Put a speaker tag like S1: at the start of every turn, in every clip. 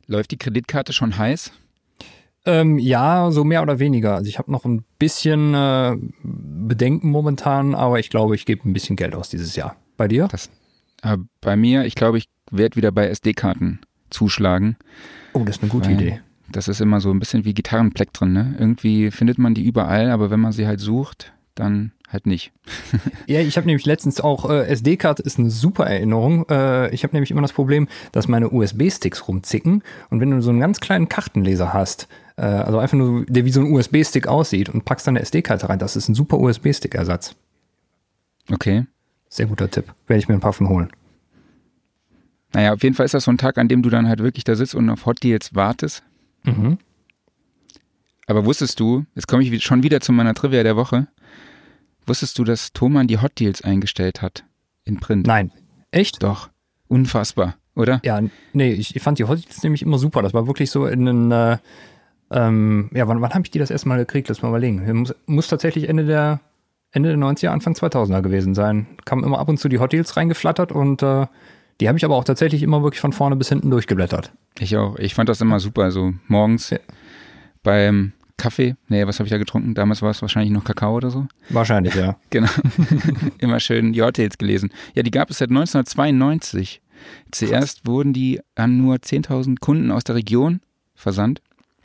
S1: Läuft die Kreditkarte schon heiß?
S2: Ja, so mehr oder weniger. Also ich habe noch ein bisschen Bedenken momentan, aber ich glaube, ich gebe ein bisschen Geld aus dieses Jahr. Bei dir?
S1: Bei mir, ich glaube, ich werde wieder bei SD-Karten zuschlagen.
S2: Oh, das ist eine gute Idee.
S1: Das ist immer so ein bisschen wie Gitarrenplektren, ne? Irgendwie findet man die überall, aber wenn man sie halt sucht, dann halt nicht.
S2: Ja, ich habe nämlich letztens auch, SD-Karte ist eine super Erinnerung. Ich habe nämlich immer das Problem, dass meine USB-Sticks rumzicken und wenn du so einen ganz kleinen Kartenleser hast, also einfach nur, der wie so ein USB-Stick aussieht und packst dann eine SD-Karte rein, das ist ein super USB-Stick-Ersatz.
S1: Okay.
S2: Sehr guter Tipp. Werde ich mir ein paar von holen.
S1: Naja, auf jeden Fall ist das so ein Tag, an dem du dann halt wirklich da sitzt und auf Hot Deals wartest.
S2: Mhm.
S1: Aber wusstest du, jetzt komme ich schon wieder zu meiner Trivia der Woche, wusstest du, dass Thomann die Hot Deals eingestellt hat in Print?
S2: Nein. Echt?
S1: Doch. Unfassbar, oder?
S2: Ja, nee, ich fand die Hot Deals nämlich immer super. Das war wirklich so in einen, wann habe ich die das erste Mal gekriegt? Lass mal überlegen. Muss tatsächlich Ende der 90er, Anfang 2000er gewesen sein. Kamen immer ab und zu die Hot Deals reingeflattert und die habe ich aber auch tatsächlich immer wirklich von vorne bis hinten durchgeblättert.
S1: Ich auch. Ich fand das immer super. So morgens beim Kaffee. Nee, was habe ich da getrunken? Damals war es wahrscheinlich noch Kakao oder so.
S2: Wahrscheinlich, ja.
S1: Genau. Immer schön die Hot Deals gelesen. Ja, die gab es seit 1992. Zuerst wurden die an nur 10.000 Kunden aus der Region versandt.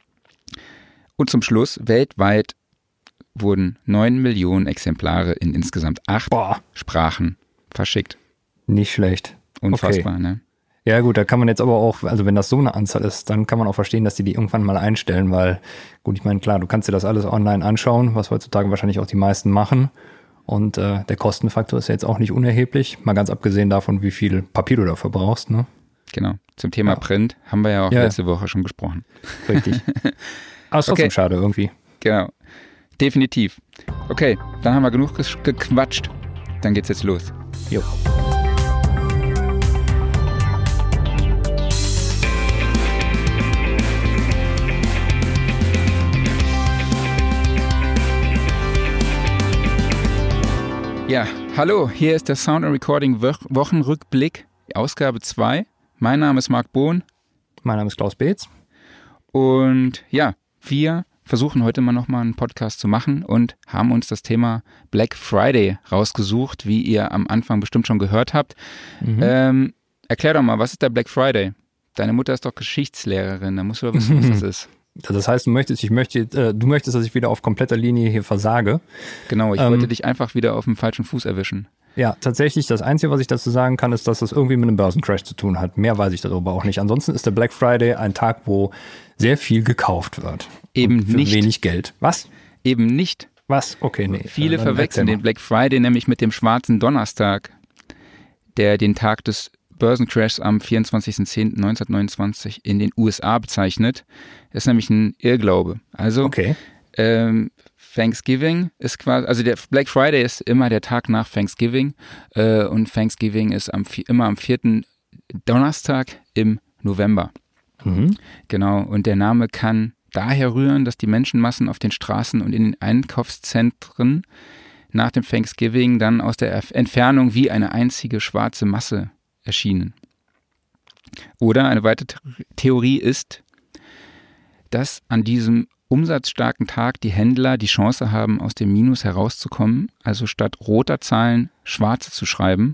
S1: Und zum Schluss weltweit wurden 9 Millionen Exemplare in insgesamt 8 Sprachen verschickt.
S2: Nicht schlecht.
S1: Unfassbar, okay. Ne?
S2: Ja gut, da kann man jetzt aber auch, also wenn das so eine Anzahl ist, dann kann man auch verstehen, dass die irgendwann mal einstellen, weil, gut, ich meine, klar, du kannst dir das alles online anschauen, was heutzutage wahrscheinlich auch die meisten machen und der Kostenfaktor ist ja jetzt auch nicht unerheblich, mal ganz abgesehen davon, wie viel Papier du dafür brauchst, ne?
S1: Genau, zum Thema Print haben wir ja auch letzte Woche schon gesprochen.
S2: Richtig. Aber ist trotzdem schade irgendwie.
S1: Genau, definitiv. Okay, dann haben wir genug gequatscht, dann geht's jetzt los.
S2: Jo.
S1: Ja, hallo, hier ist der Sound and Recording Wochenrückblick, Ausgabe 2. Mein Name ist Marc Bohn.
S2: Mein Name ist Klaus Beetz.
S1: Und ja, wir versuchen heute mal nochmal einen Podcast zu machen und haben uns das Thema Black Friday rausgesucht, wie ihr am Anfang bestimmt schon gehört habt.
S2: Mhm.
S1: Erklär doch mal, was ist der Black Friday? Deine Mutter ist doch Geschichtslehrerin, da musst du doch wissen, was das ist.
S2: Das heißt, du möchtest, dass ich wieder auf kompletter Linie hier versage.
S1: Genau, ich wollte dich einfach wieder auf dem falschen Fuß erwischen.
S2: Ja, tatsächlich, das Einzige, was ich dazu sagen kann, ist, dass das irgendwie mit einem Börsencrash zu tun hat. Mehr weiß ich darüber auch nicht. Ansonsten ist der Black Friday ein Tag, wo sehr viel gekauft wird.
S1: Eben
S2: für
S1: nicht.
S2: Wenig Geld. Was?
S1: Eben nicht.
S2: Was? Okay, nee.
S1: Viele verwechseln den Black Friday nämlich mit dem schwarzen Donnerstag, der den Tag des Börsencrashs am 24.10.1929 in den USA bezeichnet. Das ist nämlich ein Irrglaube. Also Thanksgiving ist quasi, also der Black Friday ist immer der Tag nach Thanksgiving und Thanksgiving ist immer am 4. Donnerstag im November.
S2: Mhm.
S1: Genau, und der Name kann daher rühren, dass die Menschenmassen auf den Straßen und in den Einkaufszentren nach dem Thanksgiving dann aus der Entfernung wie eine einzige schwarze Masse erschienen. Oder eine weitere Theorie ist, dass an diesem umsatzstarken Tag die Händler die Chance haben, aus dem Minus herauszukommen, also statt roter Zahlen schwarze zu schreiben.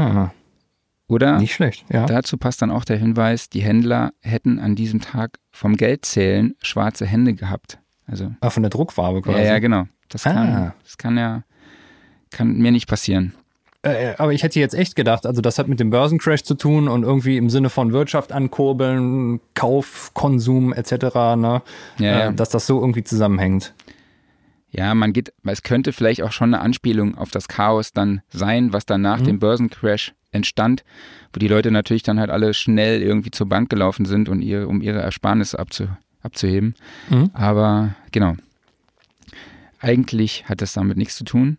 S1: Oder
S2: nicht schlecht, ja.
S1: Dazu passt dann auch der Hinweis, die Händler hätten an diesem Tag vom Geldzählen schwarze Hände gehabt. Also
S2: von der Druckfarbe quasi.
S1: Ja, genau. Das kann mir nicht passieren.
S2: Aber ich hätte jetzt echt gedacht, also das hat mit dem Börsencrash zu tun und irgendwie im Sinne von Wirtschaft ankurbeln, Kauf, Konsum etc., ne?
S1: Ja.
S2: Dass das so irgendwie zusammenhängt.
S1: Ja, es könnte vielleicht auch schon eine Anspielung auf das Chaos dann sein, was dann nach dem Börsencrash entstand, wo die Leute natürlich dann halt alle schnell irgendwie zur Bank gelaufen sind und um ihre Ersparnisse abzuheben. Aber genau, eigentlich hat das damit nichts zu tun.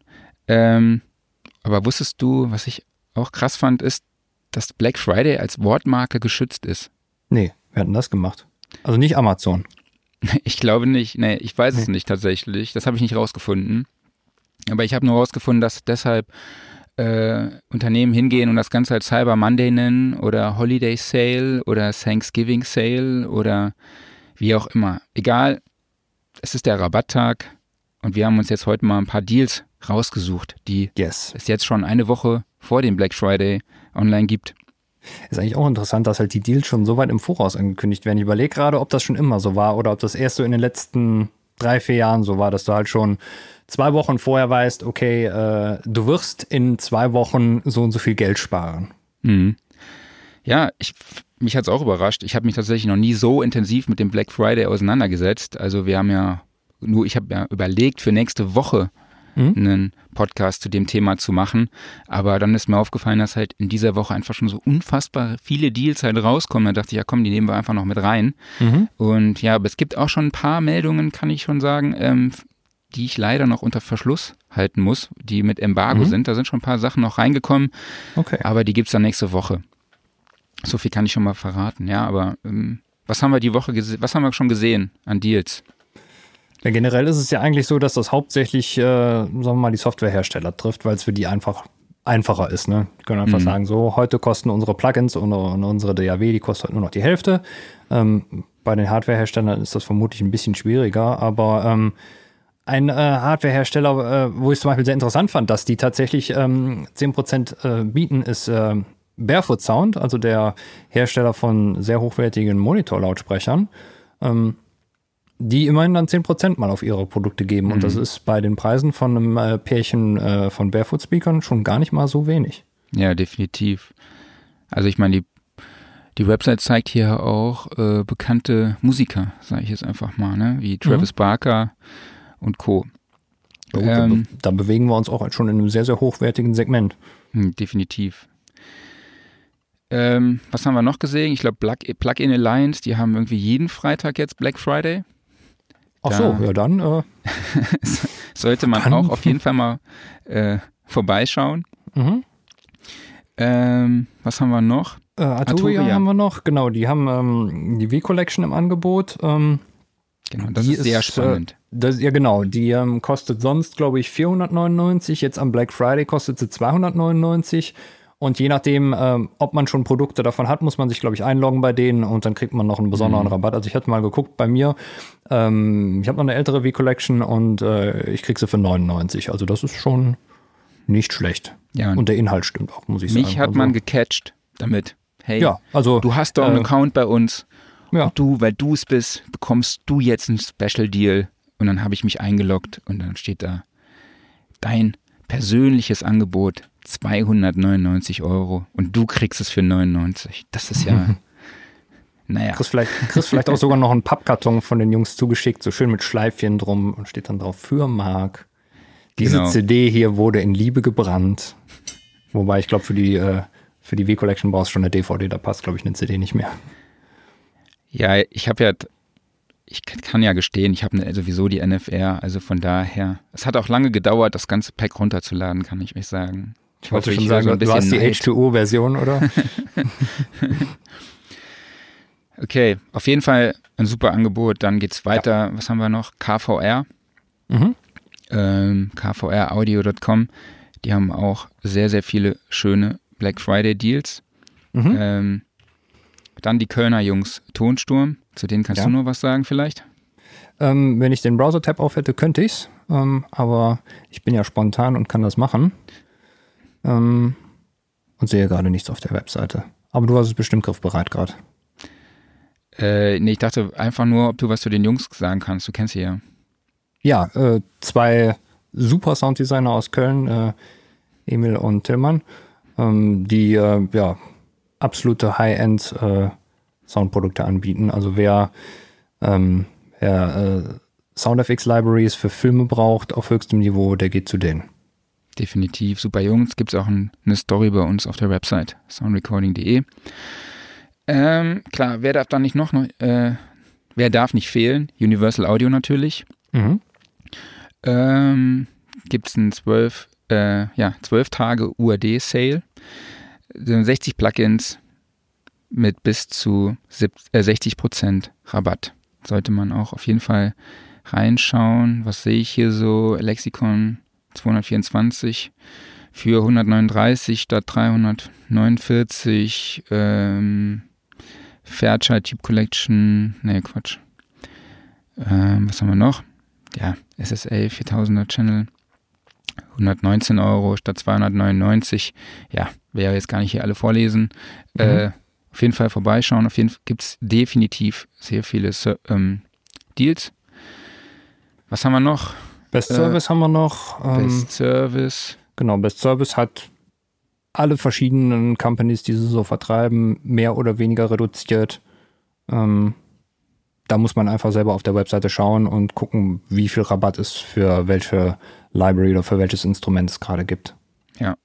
S1: Aber wusstest du, was ich auch krass fand, ist, dass Black Friday als Wortmarke geschützt ist?
S2: Nee, wer hat denn das gemacht? Also nicht Amazon.
S1: Ich glaube nicht. Nee, ich weiß es nicht tatsächlich. Das habe ich nicht rausgefunden. Aber ich habe nur rausgefunden, dass deshalb Unternehmen hingehen und das Ganze als Cyber Monday nennen oder Holiday Sale oder Thanksgiving Sale oder wie auch immer. Egal, es ist der Rabatttag und wir haben uns jetzt heute mal ein paar Deals rausgesucht, die es jetzt schon eine Woche vor dem Black Friday online gibt.
S2: Ist eigentlich auch interessant, dass halt die Deals schon so weit im Voraus angekündigt werden. Ich überlege gerade, ob das schon immer so war oder ob das erst so in den letzten 3-4 Jahren so war, dass du halt schon 2 Wochen vorher weißt, okay, du wirst in 2 Wochen so und so viel Geld sparen.
S1: Mhm. Ja, mich hat es auch überrascht. Ich habe mich tatsächlich noch nie so intensiv mit dem Black Friday auseinandergesetzt. Also ich habe ja überlegt, für nächste Woche einen Podcast zu dem Thema zu machen. Aber dann ist mir aufgefallen, dass halt in dieser Woche einfach schon so unfassbar viele Deals halt rauskommen. Da dachte ich, ja komm, die nehmen wir einfach noch mit rein. Und ja, aber es gibt auch schon ein paar Meldungen, kann ich schon sagen, die ich leider noch unter Verschluss halten muss, die mit Embargo sind. Da sind schon ein paar Sachen noch reingekommen, aber die gibt es dann nächste Woche. So viel kann ich schon mal verraten, ja, aber was haben wir die Woche was haben wir schon gesehen an Deals?
S2: Ja, generell ist es ja eigentlich so, dass das hauptsächlich, sagen wir mal, die Softwarehersteller trifft, weil es für die einfacher ist. Ne? Die können einfach sagen, so, heute kosten unsere Plugins und unsere DAW, die kostet nur noch die Hälfte. Bei den Hardwareherstellern ist das vermutlich ein bisschen schwieriger, aber ein Hardwarehersteller, wo ich es zum Beispiel sehr interessant fand, dass die tatsächlich 10% bieten, ist Barefoot Sound, also der Hersteller von sehr hochwertigen Monitorlautsprechern, die immerhin dann 10% mal auf ihre Produkte geben. Und das ist bei den Preisen von einem Pärchen von Barefoot-Speakern schon gar nicht mal so wenig.
S1: Ja, definitiv. Also ich meine, die Website zeigt hier auch bekannte Musiker, sage ich jetzt einfach mal, ne? Wie Travis Barker und Co.
S2: Da bewegen wir uns auch schon in einem sehr, sehr hochwertigen Segment.
S1: Definitiv. Was haben wir noch gesehen? Ich glaube, Plug-in Alliance, die haben irgendwie jeden Freitag jetzt Black Friday.
S2: Ach so, ja dann.
S1: Sollte man auch auf jeden Fall mal vorbeischauen. Was haben wir noch?
S2: Arturia haben wir noch, genau. Die haben die V-Collection im Angebot.
S1: Genau, das ist sehr spannend.
S2: Ja, genau. Die kostet sonst, glaube ich, 499. Jetzt am Black Friday kostet sie 299. Und je nachdem, ob man schon Produkte davon hat, muss man sich, glaube ich, einloggen bei denen und dann kriegt man noch einen besonderen Rabatt. Also ich hatte mal geguckt bei mir, ich habe noch eine ältere V-Collection und ich kriege sie für 99. Also das ist schon nicht schlecht.
S1: Ja,
S2: und der Inhalt stimmt auch, muss ich sagen.
S1: Mich hat man gecatcht damit. Hey,
S2: ja, also,
S1: du hast doch einen Account bei uns.
S2: Ja.
S1: Und du, weil du es bist, bekommst du jetzt einen Special Deal. Und dann habe ich mich eingeloggt und dann steht da dein persönliches Angebot 299 € und du kriegst es für 99. Das ist ja, naja.
S2: Kriegst vielleicht auch sogar noch einen Pappkarton von den Jungs zugeschickt, so schön mit Schleifchen drum und steht dann drauf, für Marc. Diese CD hier wurde in Liebe gebrannt. Wobei ich glaube, für die V-Collection brauchst du schon eine DVD, da passt, glaube ich, eine CD nicht mehr.
S1: Ja, ich kann ja gestehen, ich habe sowieso die NFR, also von daher. Es hat auch lange gedauert, das ganze Pack runterzuladen, kann ich euch sagen.
S2: Ich wollte schon sagen, du hast die H2O-Version, oder?
S1: Okay, auf jeden Fall ein super Angebot. Dann geht's weiter. Ja. Was haben wir noch? KVR. KVRaudio.com. Die haben auch sehr, sehr viele schöne Black Friday Deals. Dann die Kölner Jungs Tonsturm. Zu denen kannst du nur was sagen vielleicht?
S2: Wenn ich den Browser-Tab auf hätte, könnte ich's. Aber ich bin ja spontan und kann das machen. Und sehe gerade nichts auf der Webseite. Aber du hast es bestimmt griffbereit gerade.
S1: Nee, ich dachte einfach nur, ob du was zu den Jungs sagen kannst. Du kennst sie ja.
S2: Ja, 2 super Sounddesigner aus Köln, Emil und Tillmann, die absolute High-End Soundprodukte anbieten. Also wer SoundFX-Libraries für Filme braucht auf höchstem Niveau, der geht zu denen.
S1: Definitiv. Super Jungs. Gibt es auch eine Story bei uns auf der Website soundrecording.de. Klar, wer darf wer darf nicht fehlen? Universal Audio natürlich. Gibt es einen 12 Tage UAD-Sale. 60 Plugins mit bis zu 60% Rabatt. Sollte man auch auf jeden Fall reinschauen. Was sehe ich hier so? Lexikon 224 für 139 statt 349. Fairchild Tube Collection. Nee, Quatsch. Was haben wir noch? Ja, SSL 4000er Channel. 119 Euro statt 299. Ja, werde ja jetzt gar nicht hier alle vorlesen. Auf jeden Fall vorbeischauen. Auf jeden Fall gibt es definitiv sehr viele Deals. Was haben wir noch?
S2: Best Service haben wir noch.
S1: Best Service.
S2: Genau, Best Service hat alle verschiedenen Companies, die sie so vertreiben, mehr oder weniger reduziert. Da muss man einfach selber auf der Webseite schauen und gucken, wie viel Rabatt es für welche Library oder für welches Instrument es gerade gibt.
S1: Ja.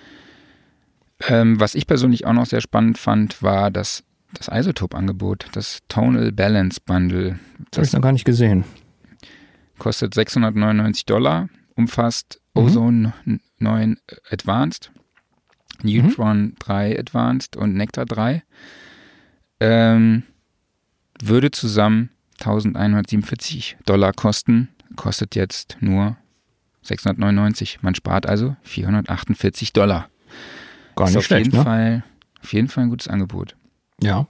S1: Was ich persönlich auch noch sehr spannend fand, war das Isotope-Angebot, das Tonal Balance Bundle.
S2: Das habe ich noch gar nicht gesehen.
S1: Kostet $699, umfasst Ozone 9 Advanced, Neutron 3 Advanced und Nectar 3. Würde zusammen $1.147 kosten, kostet jetzt nur $699. Man spart also $448.
S2: Gar nicht schlecht, ne?
S1: Auf jeden Fall ein gutes Angebot.
S2: Ja.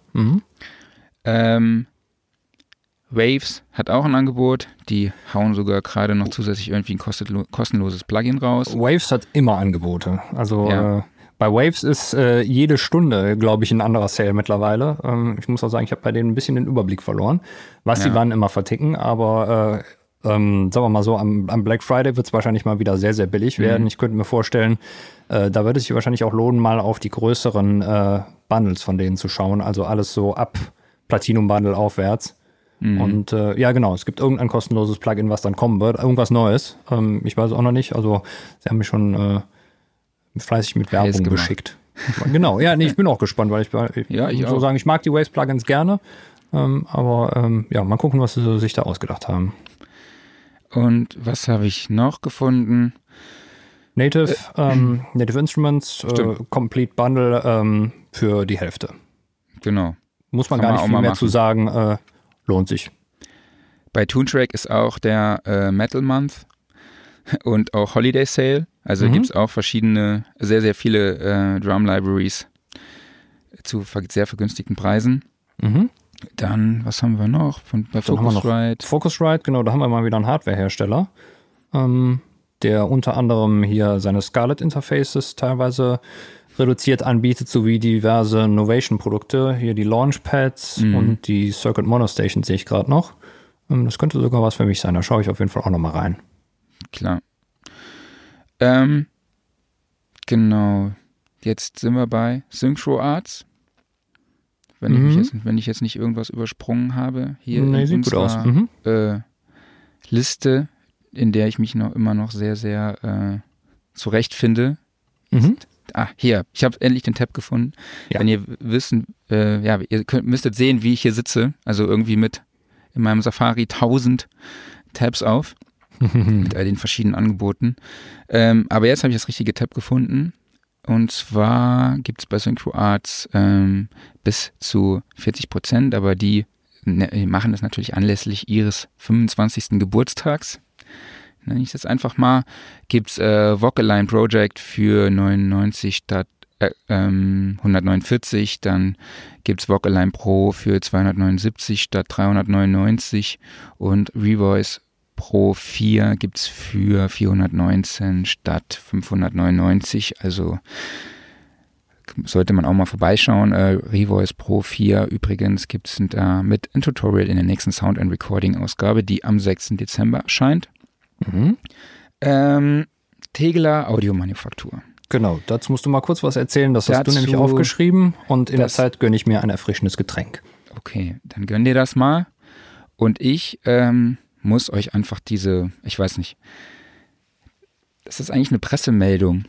S1: Waves hat auch ein Angebot. Die hauen sogar gerade noch zusätzlich irgendwie ein kostenloses Plugin raus.
S2: Waves hat immer Angebote. Also bei Waves ist jede Stunde, glaube ich, ein anderer Sale mittlerweile. Ich muss auch sagen, ich habe bei denen ein bisschen den Überblick verloren, was sie wann immer verticken. Aber sagen wir mal so, am Black Friday wird es wahrscheinlich mal wieder sehr, sehr billig werden. Ich könnte mir vorstellen, da würde es sich wahrscheinlich auch lohnen, mal auf die größeren Bundles von denen zu schauen. Also alles so ab Platinum-Bundle aufwärts. Und ja, genau, es gibt irgendein kostenloses Plugin, was dann kommen wird. Irgendwas Neues. Ich weiß es auch noch nicht. Also sie haben mich schon fleißig mit Werbung beschickt. Genau, ja, nee, ich bin auch gespannt, weil ich muss so sagen, ich mag die Waves-Plugins gerne. Aber mal gucken, was sie sich da ausgedacht haben.
S1: Und was habe ich noch gefunden?
S2: Native Instruments, Complete Bundle für die Hälfte.
S1: Genau.
S2: Muss man gar nicht viel mehr zu sagen, lohnt sich.
S1: Bei Toontrack ist auch der Metal Month und auch Holiday Sale. Also gibt es auch verschiedene, sehr, sehr viele Drum Libraries zu sehr vergünstigten Preisen. Dann, was haben wir noch? Bei Focusrite.
S2: Focusrite, genau, da haben wir mal wieder einen Hardwarehersteller, der unter anderem hier seine Scarlett Interfaces teilweise reduziert anbietet, sowie diverse Novation-Produkte. Hier die Launchpads und die Circuit Monostations sehe ich gerade noch. Das könnte sogar was für mich sein, da schaue ich auf jeden Fall auch nochmal rein.
S1: Klar. Genau. Jetzt sind wir bei Synchro Arts. Wenn ich jetzt nicht irgendwas übersprungen habe. Hier in
S2: sieht gut aus.
S1: Liste, in der ich mich immer noch sehr, sehr zurechtfinde. Hier, ich habe endlich den Tab gefunden. Ja. Wenn ihr müsstet sehen, wie ich hier sitze. Also irgendwie mit in meinem Safari 1000 Tabs auf. Mit all den verschiedenen Angeboten. Aber jetzt habe ich das richtige Tab gefunden. Und zwar gibt es bei Synchro Arts bis zu 40%, aber die machen das natürlich anlässlich ihres 25. Geburtstags. Nenne ich das einfach mal. Gibt es Vocaline Project für 99 statt 149. Dann gibt es Vocaline Pro für 279 statt 399. Und Revoice Pro 4 gibt es für 419 statt 599. Also sollte man auch mal vorbeischauen. Revoice Pro 4 übrigens gibt es da mit ein Tutorial in der nächsten Sound and Recording Ausgabe, die am 6. Dezember erscheint. Tegeler Audiomanufaktur.
S2: Genau, dazu musst du mal kurz was erzählen. Das hast du nämlich aufgeschrieben und in der Zeit gönne ich mir ein erfrischendes Getränk.
S1: Okay, dann gönn dir das mal. Und ich muss euch einfach ich weiß nicht, das ist eigentlich eine Pressemeldung.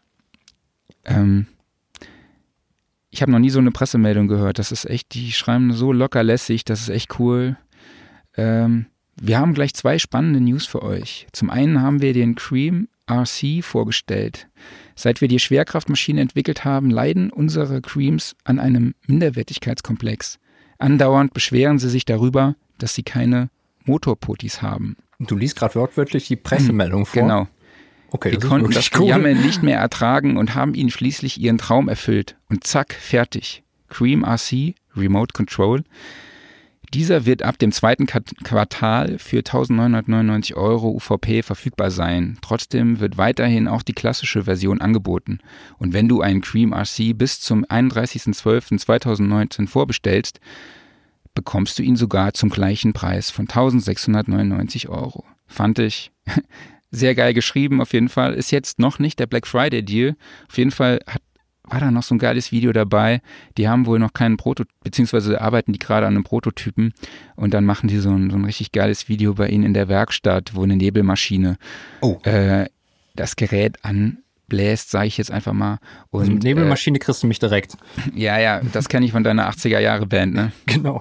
S1: Ich habe noch nie so eine Pressemeldung gehört. Das ist echt, die schreiben so locker lässig, das ist echt cool. Wir haben gleich 2 spannende News für euch. Zum einen haben wir den Cream RC vorgestellt. Seit wir die Schwerkraftmaschine entwickelt haben, leiden unsere Creams an einem Minderwertigkeitskomplex. Andauernd beschweren sie sich darüber, dass sie keine Motorpotis haben.
S2: Du liest gerade wortwörtlich die Pressemeldung vor.
S1: Genau.
S2: Okay,
S1: Die
S2: das
S1: konnten
S2: ist
S1: das
S2: wirklich cool.
S1: Gejammer nicht mehr ertragen und haben ihnen schließlich ihren Traum erfüllt. Und zack, fertig. Cream RC, Remote Control. Dieser wird ab dem zweiten Quartal für 1.999 € UVP verfügbar sein. Trotzdem wird weiterhin auch die klassische Version angeboten. Und wenn du einen Cream RC bis zum 31.12.2019 vorbestellst, bekommst du ihn sogar zum gleichen Preis von 1.699 €. Fand ich sehr geil geschrieben auf jeden Fall. Ist jetzt noch nicht der Black Friday Deal. Auf jeden Fall war da noch so ein geiles Video dabei. Die haben wohl noch keinen beziehungsweise arbeiten die gerade an einem Prototypen und dann machen die so ein richtig geiles Video bei ihnen in der Werkstatt, wo eine Nebelmaschine das Gerät anbläst, sage ich jetzt einfach mal. Und
S2: Also mit Nebelmaschine kriegst du mich direkt.
S1: Ja, das kenne ich von deiner 80er-Jahre-Band, ne?
S2: Genau.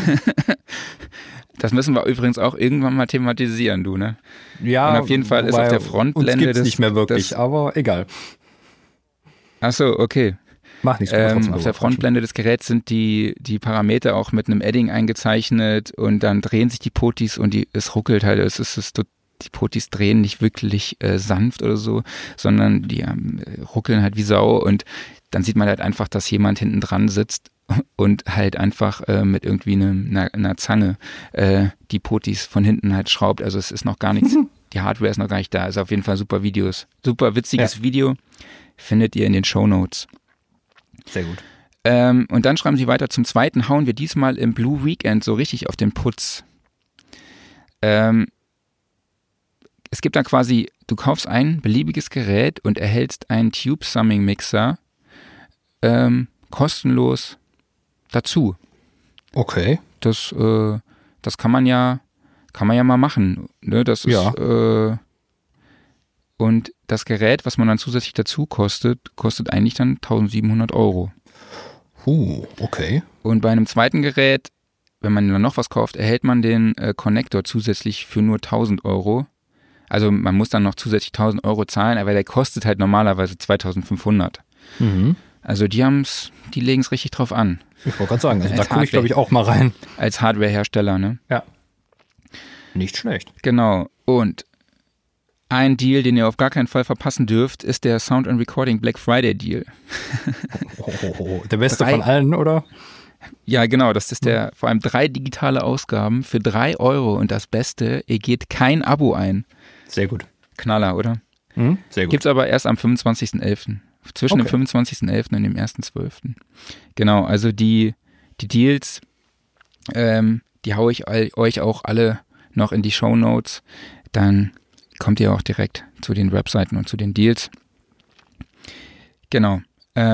S1: Das müssen wir übrigens auch irgendwann mal thematisieren, du, ne?
S2: Ja,
S1: und auf jeden Fall ist auf der Frontblende
S2: uns gibt's nicht mehr wirklich, aber egal.
S1: Achso, okay.
S2: Mach nichts.
S1: Auf der Frontblende des Geräts sind die Parameter auch mit einem Edding eingezeichnet und dann drehen sich die Potis und es ruckelt halt. Die Potis drehen nicht wirklich sanft oder so, sondern die ruckeln halt wie Sau und dann sieht man halt einfach, dass jemand hinten dran sitzt und halt einfach mit irgendwie einer Zange die Potis von hinten halt schraubt. Also es ist noch gar nichts, die Hardware ist noch gar nicht da. Also auf jeden Fall super witziges Video. Findet ihr in den Shownotes.
S2: Sehr gut.
S1: Und dann schreiben sie weiter, zum zweiten hauen wir diesmal im Blue Weekend so richtig auf den Putz. Es gibt da quasi, du kaufst ein beliebiges Gerät und erhältst einen Tube Summing Mixer kostenlos dazu.
S2: Okay.
S1: Das kann man ja mal machen. Ne? Das ist und das Gerät, was man dann zusätzlich dazu kostet eigentlich dann 1.700 €.
S2: Okay.
S1: Und bei einem zweiten Gerät, wenn man dann noch was kauft, erhält man den Connector zusätzlich für nur 1.000 €. Also man muss dann noch zusätzlich 1.000 € zahlen, aber der kostet halt normalerweise 2.500.
S2: Mhm.
S1: Also die legen es richtig drauf an.
S2: Ich wollte gerade sagen, also da gucke ich glaube ich auch mal rein.
S1: Als Hardwarehersteller, ne?
S2: Ja. Nicht schlecht.
S1: Genau. Und ein Deal, den ihr auf gar keinen Fall verpassen dürft, ist der Sound and Recording Black Friday Deal.
S2: Der beste von allen, oder?
S1: Ja, genau. Das ist vor allem 3 digitale Ausgaben für 3 € und das Beste, ihr geht kein Abo ein.
S2: Sehr gut.
S1: Knaller, oder?
S2: Sehr gut.
S1: Gibt's aber erst am 25.11. Zwischen dem 25.11. und dem 1.12. Genau, also die Deals, die haue ich euch auch alle noch in die Shownotes. Dann kommt ihr auch direkt zu den Webseiten und zu den Deals. Genau.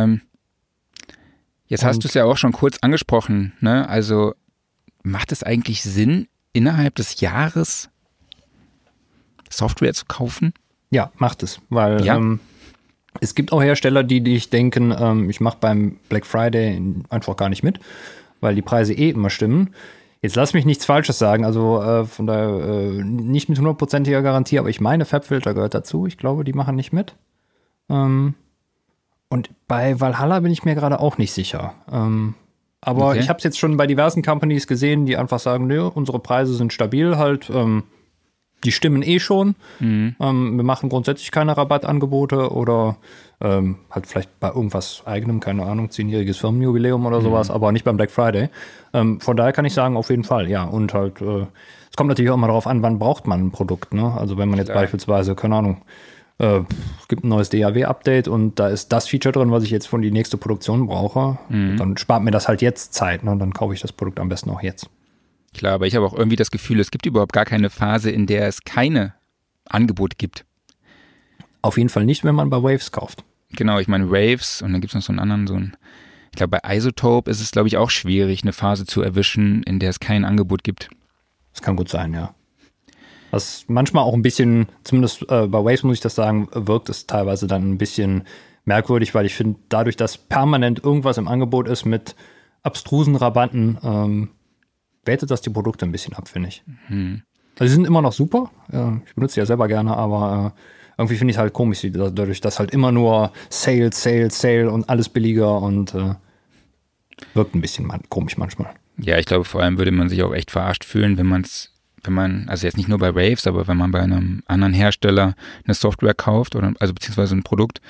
S1: Jetzt hast du es ja auch schon kurz angesprochen, ne? Also macht es eigentlich Sinn, innerhalb des Jahres Software zu kaufen?
S2: Ja, macht es, weil es gibt auch Hersteller, die denken, ich mache beim Black Friday einfach gar nicht mit, weil die Preise immer stimmen. Jetzt lass mich nichts Falsches sagen, also von daher nicht mit 100%iger Garantie, aber ich meine, Fabfilter gehört dazu. Ich glaube, die machen nicht mit. Und bei Valhalla bin ich mir gerade auch nicht sicher. Aber ich habe es jetzt schon bei diversen Companies gesehen, die einfach sagen, nö, unsere Preise sind stabil halt. Die stimmen schon. Wir machen grundsätzlich keine Rabattangebote oder halt vielleicht bei irgendwas eigenem, keine Ahnung, 10-jähriges Firmenjubiläum oder sowas, aber nicht beim Black Friday. Von daher kann ich sagen, auf jeden Fall, ja. Und halt, es kommt natürlich auch immer darauf an, wann braucht man ein Produkt, ne? Also wenn man jetzt beispielsweise, keine Ahnung, es gibt ein neues DAW-Update und da ist das Feature drin, was ich jetzt von die nächste Produktion brauche, dann spart mir das halt jetzt Zeit, ne? Und dann kaufe ich das Produkt am besten auch jetzt.
S1: Klar, aber ich habe auch irgendwie das Gefühl, es gibt überhaupt gar keine Phase, in der es keine Angebote gibt.
S2: Auf jeden Fall nicht, wenn man bei Waves kauft.
S1: Genau, ich meine Waves und dann gibt es noch so einen anderen, ich glaube bei Isotope ist es, glaube ich, auch schwierig, eine Phase zu erwischen, in der es kein Angebot gibt.
S2: Das kann gut sein, ja. Was manchmal auch ein bisschen, zumindest bei Waves muss ich das sagen, wirkt es teilweise dann ein bisschen merkwürdig, weil ich finde, dadurch, dass permanent irgendwas im Angebot ist mit abstrusen Rabatten, wertet das die Produkte ein bisschen ab, finde ich. Also sie sind immer noch super. Ich benutze sie ja selber gerne, aber irgendwie finde ich es halt komisch, dadurch, dass halt immer nur Sale und alles billiger und wirkt ein bisschen komisch manchmal.
S1: Ja, ich glaube, vor allem würde man sich auch echt verarscht fühlen, wenn man es wenn man, also jetzt nicht nur bei Waves, aber wenn man bei einem anderen Hersteller eine Software kauft oder also beziehungsweise ein Produkt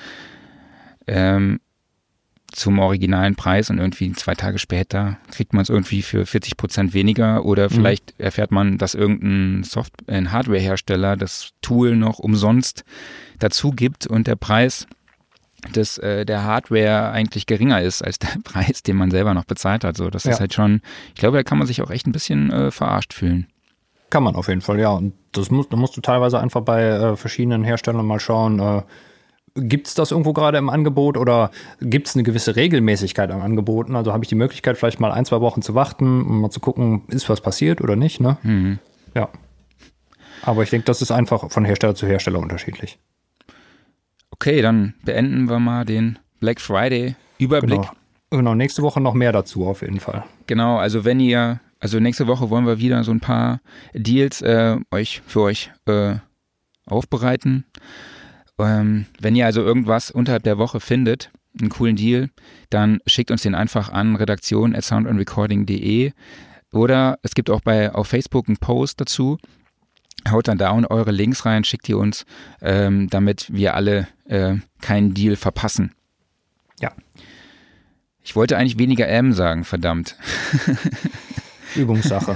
S1: zum originalen Preis und irgendwie 2 Tage später kriegt man es irgendwie für 40% weniger oder vielleicht erfährt man, dass irgendein ein Hardware-Hersteller das Tool noch umsonst dazu gibt und der Preis der Hardware eigentlich geringer ist als der Preis, den man selber noch bezahlt hat. So, das ist halt schon, ich glaube, da kann man sich auch echt ein bisschen verarscht fühlen.
S2: Kann man auf jeden Fall, ja. Und da musst du teilweise einfach bei verschiedenen Herstellern mal schauen, gibt es das irgendwo gerade im Angebot oder gibt es eine gewisse Regelmäßigkeit an Angeboten? Also habe ich die Möglichkeit, vielleicht mal 1-2 Wochen zu warten, um mal zu gucken, ist was passiert oder nicht, ne?
S1: Mhm.
S2: Ja. Aber ich denke, das ist einfach von Hersteller zu Hersteller unterschiedlich.
S1: Okay, dann beenden wir mal den Black Friday-Überblick.
S2: Genau, nächste Woche noch mehr dazu auf jeden Fall.
S1: Genau, also nächste Woche wollen wir wieder so ein paar Deals für euch aufbereiten. Wenn ihr also irgendwas unterhalb der Woche findet, einen coolen Deal, dann schickt uns den einfach an redaktion@soundandrecording.de oder es gibt auch auf Facebook einen Post dazu. Haut dann da eure Links rein, schickt die uns, damit wir alle keinen Deal verpassen.
S2: Ja.
S1: Ich wollte eigentlich weniger sagen, verdammt.
S2: Übungssache.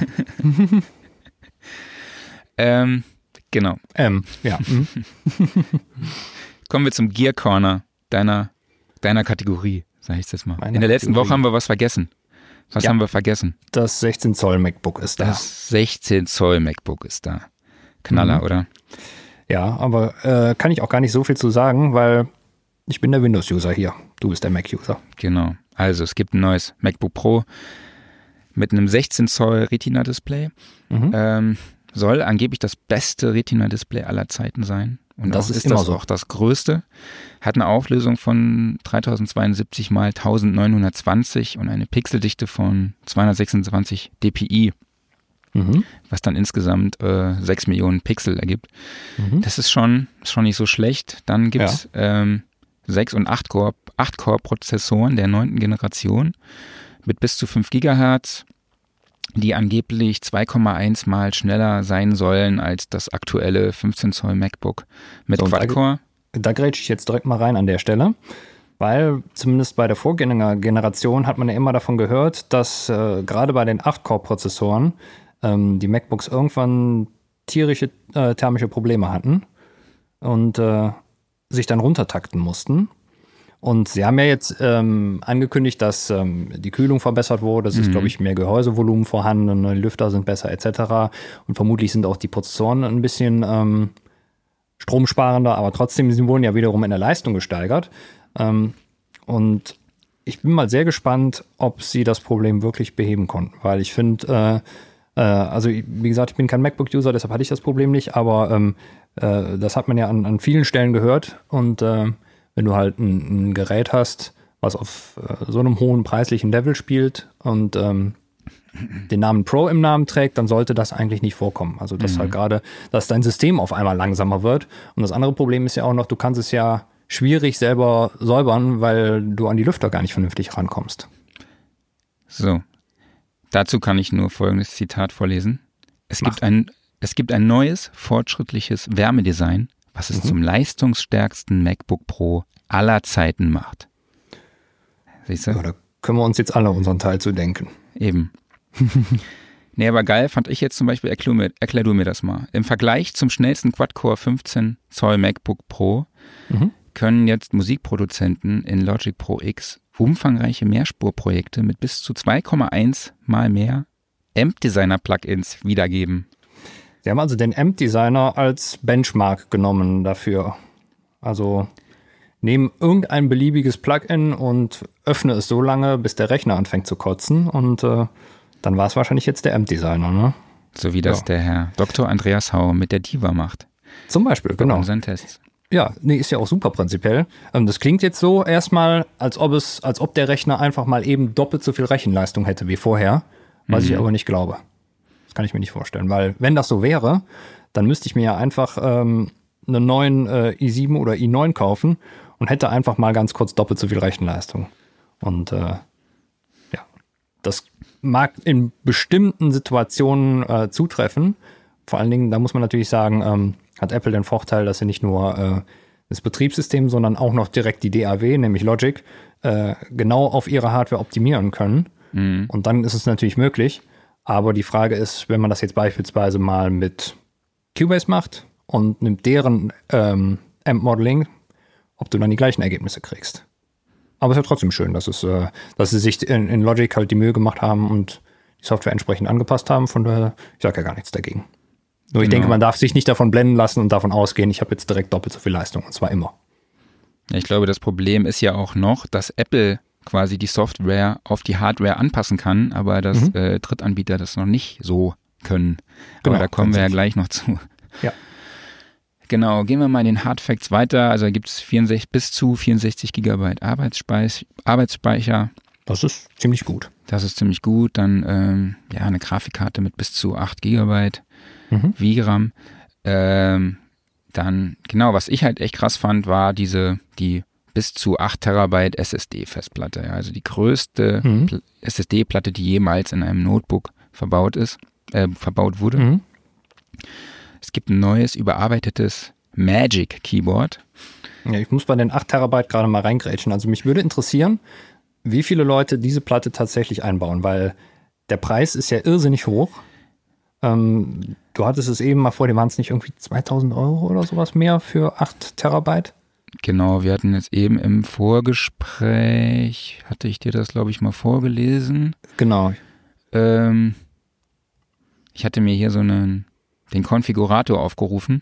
S1: Genau.
S2: Ja.
S1: Kommen wir zum Gear Corner deiner Kategorie, sag ich jetzt mal. In der letzten Woche haben wir was vergessen. Was haben wir vergessen?
S2: Das 16 Zoll MacBook ist da.
S1: Das 16 Zoll MacBook ist da. Knaller, oder?
S2: Ja, aber kann ich auch gar nicht so viel zu sagen, weil ich bin der Windows-User hier. Du bist der Mac-User.
S1: Genau. Also es gibt ein neues MacBook Pro mit einem 16 Zoll Retina-Display. Soll angeblich das beste Retina-Display aller Zeiten sein. Und
S2: das
S1: ist das
S2: so.
S1: Auch das größte. Hat eine Auflösung von 3072 mal 1920 und eine Pixeldichte von 226 dpi. Was dann insgesamt 6 Millionen Pixel ergibt. Das ist schon nicht so schlecht. Dann gibt es 6 und 8-Core-Prozessoren der 9. Generation mit bis zu 5 Gigahertz, die angeblich 2,1 mal schneller sein sollen als das aktuelle 15 Zoll MacBook mit Quad-Core.
S2: Da grätsche ich jetzt direkt mal rein an der Stelle, weil zumindest bei der Vorgängergeneration hat man ja immer davon gehört, dass gerade bei den 8-Core-Prozessoren die MacBooks irgendwann tierische thermische Probleme hatten und sich dann runtertakten mussten. Und sie haben ja jetzt angekündigt, dass die Kühlung verbessert wurde. Es ist, glaube ich, mehr Gehäusevolumen vorhanden, die Lüfter sind besser etc. Und vermutlich sind auch die Prozessoren ein bisschen stromsparender, aber trotzdem, sie wurden ja wiederum in der Leistung gesteigert. Und ich bin mal sehr gespannt, ob sie das Problem wirklich beheben konnten, weil ich finde, also wie gesagt, ich bin kein MacBook-User, deshalb hatte ich das Problem nicht, aber das hat man ja an vielen Stellen gehört und wenn du halt ein Gerät hast, was auf so einem hohen preislichen Level spielt und den Namen Pro im Namen trägt, dann sollte das eigentlich nicht vorkommen. Also dass halt gerade, dass dein System auf einmal langsamer wird. Und das andere Problem ist ja auch noch, du kannst es ja schwierig selber säubern, weil du an die Lüfter gar nicht vernünftig rankommst.
S1: So, dazu kann ich nur folgendes Zitat vorlesen. Es gibt ein neues, fortschrittliches Wärmedesign, was es zum leistungsstärksten MacBook Pro aller Zeiten macht. Siehst du?
S2: Ja, da können wir uns jetzt alle unseren Teil zu denken.
S1: Eben. Nee, aber geil fand ich jetzt zum Beispiel, erklär du mir das mal. Im Vergleich zum schnellsten Quad-Core 15 Zoll MacBook Pro können jetzt Musikproduzenten in Logic Pro X umfangreiche Mehrspurprojekte mit bis zu 2,1 mal mehr Amp-Designer-Plugins wiedergeben.
S2: Sie haben also den Amp-Designer als Benchmark genommen dafür. Also nehmen irgendein beliebiges Plugin und öffne es so lange, bis der Rechner anfängt zu kotzen. Und dann war es wahrscheinlich jetzt der Amp-Designer, ne?
S1: So wie das der Herr Dr. Andreas Hau mit der Diva macht.
S2: Zum Beispiel, genau.
S1: Bei unseren Tests.
S2: Ja, nee, ist ja auch super prinzipiell. Das klingt jetzt so erstmal, als ob der Rechner einfach mal eben doppelt so viel Rechenleistung hätte wie vorher, was ich aber nicht glaube. Das kann ich mir nicht vorstellen, weil wenn das so wäre, dann müsste ich mir ja einfach einen neuen i7 oder i9 kaufen und hätte einfach mal ganz kurz doppelt so viel Rechenleistung. Und das mag in bestimmten Situationen zutreffen, Vor allen Dingen, da muss man natürlich sagen, hat Apple den Vorteil, dass sie nicht nur das Betriebssystem, sondern auch noch direkt die DAW, nämlich Logic, genau auf ihre Hardware optimieren können.
S1: Mhm.
S2: Und dann ist es natürlich möglich. Aber die Frage ist, wenn man das jetzt beispielsweise mal mit Cubase macht und nimmt deren Amp-Modeling, ob du dann die gleichen Ergebnisse kriegst. Aber es ist ja trotzdem schön, dass sie sich in Logic halt die Mühe gemacht haben und die Software entsprechend angepasst haben. Von daher, ich sage ja gar nichts dagegen. Nur ich denke, man darf sich nicht davon blenden lassen und davon ausgehen, ich habe jetzt direkt doppelt so viel Leistung, und zwar immer.
S1: Ich glaube, das Problem ist ja auch noch, dass Apple quasi die Software auf die Hardware anpassen kann, aber dass Drittanbieter das noch nicht so können.
S2: Genau,
S1: aber da kommen wir ja gleich noch zu.
S2: Ja.
S1: Genau, gehen wir mal in den Hardfacts weiter. Also gibt es bis zu 64 GB Arbeitsspeicher.
S2: Das ist ziemlich gut.
S1: Das ist ziemlich gut. Dann eine Grafikkarte mit bis zu 8 GB VRAM. Dann, genau, was ich halt echt krass fand, war die bis zu 8 Terabyte SSD-Festplatte. Ja, also die größte SSD-Platte, die jemals in einem Notebook verbaut wurde.
S2: Mhm.
S1: Es gibt ein neues, überarbeitetes Magic Keyboard.
S2: Ja, ich muss bei den 8 Terabyte gerade mal reingrätschen. Also mich würde interessieren, wie viele Leute diese Platte tatsächlich einbauen, weil der Preis ist ja irrsinnig hoch. Du hattest es eben mal vor, dem waren es nicht irgendwie 2.000 € oder sowas mehr für 8 Terabyte?
S1: Genau, wir hatten jetzt eben im Vorgespräch, hatte ich dir das, glaube ich, mal vorgelesen.
S2: Genau.
S1: Ich hatte mir hier den Konfigurator aufgerufen,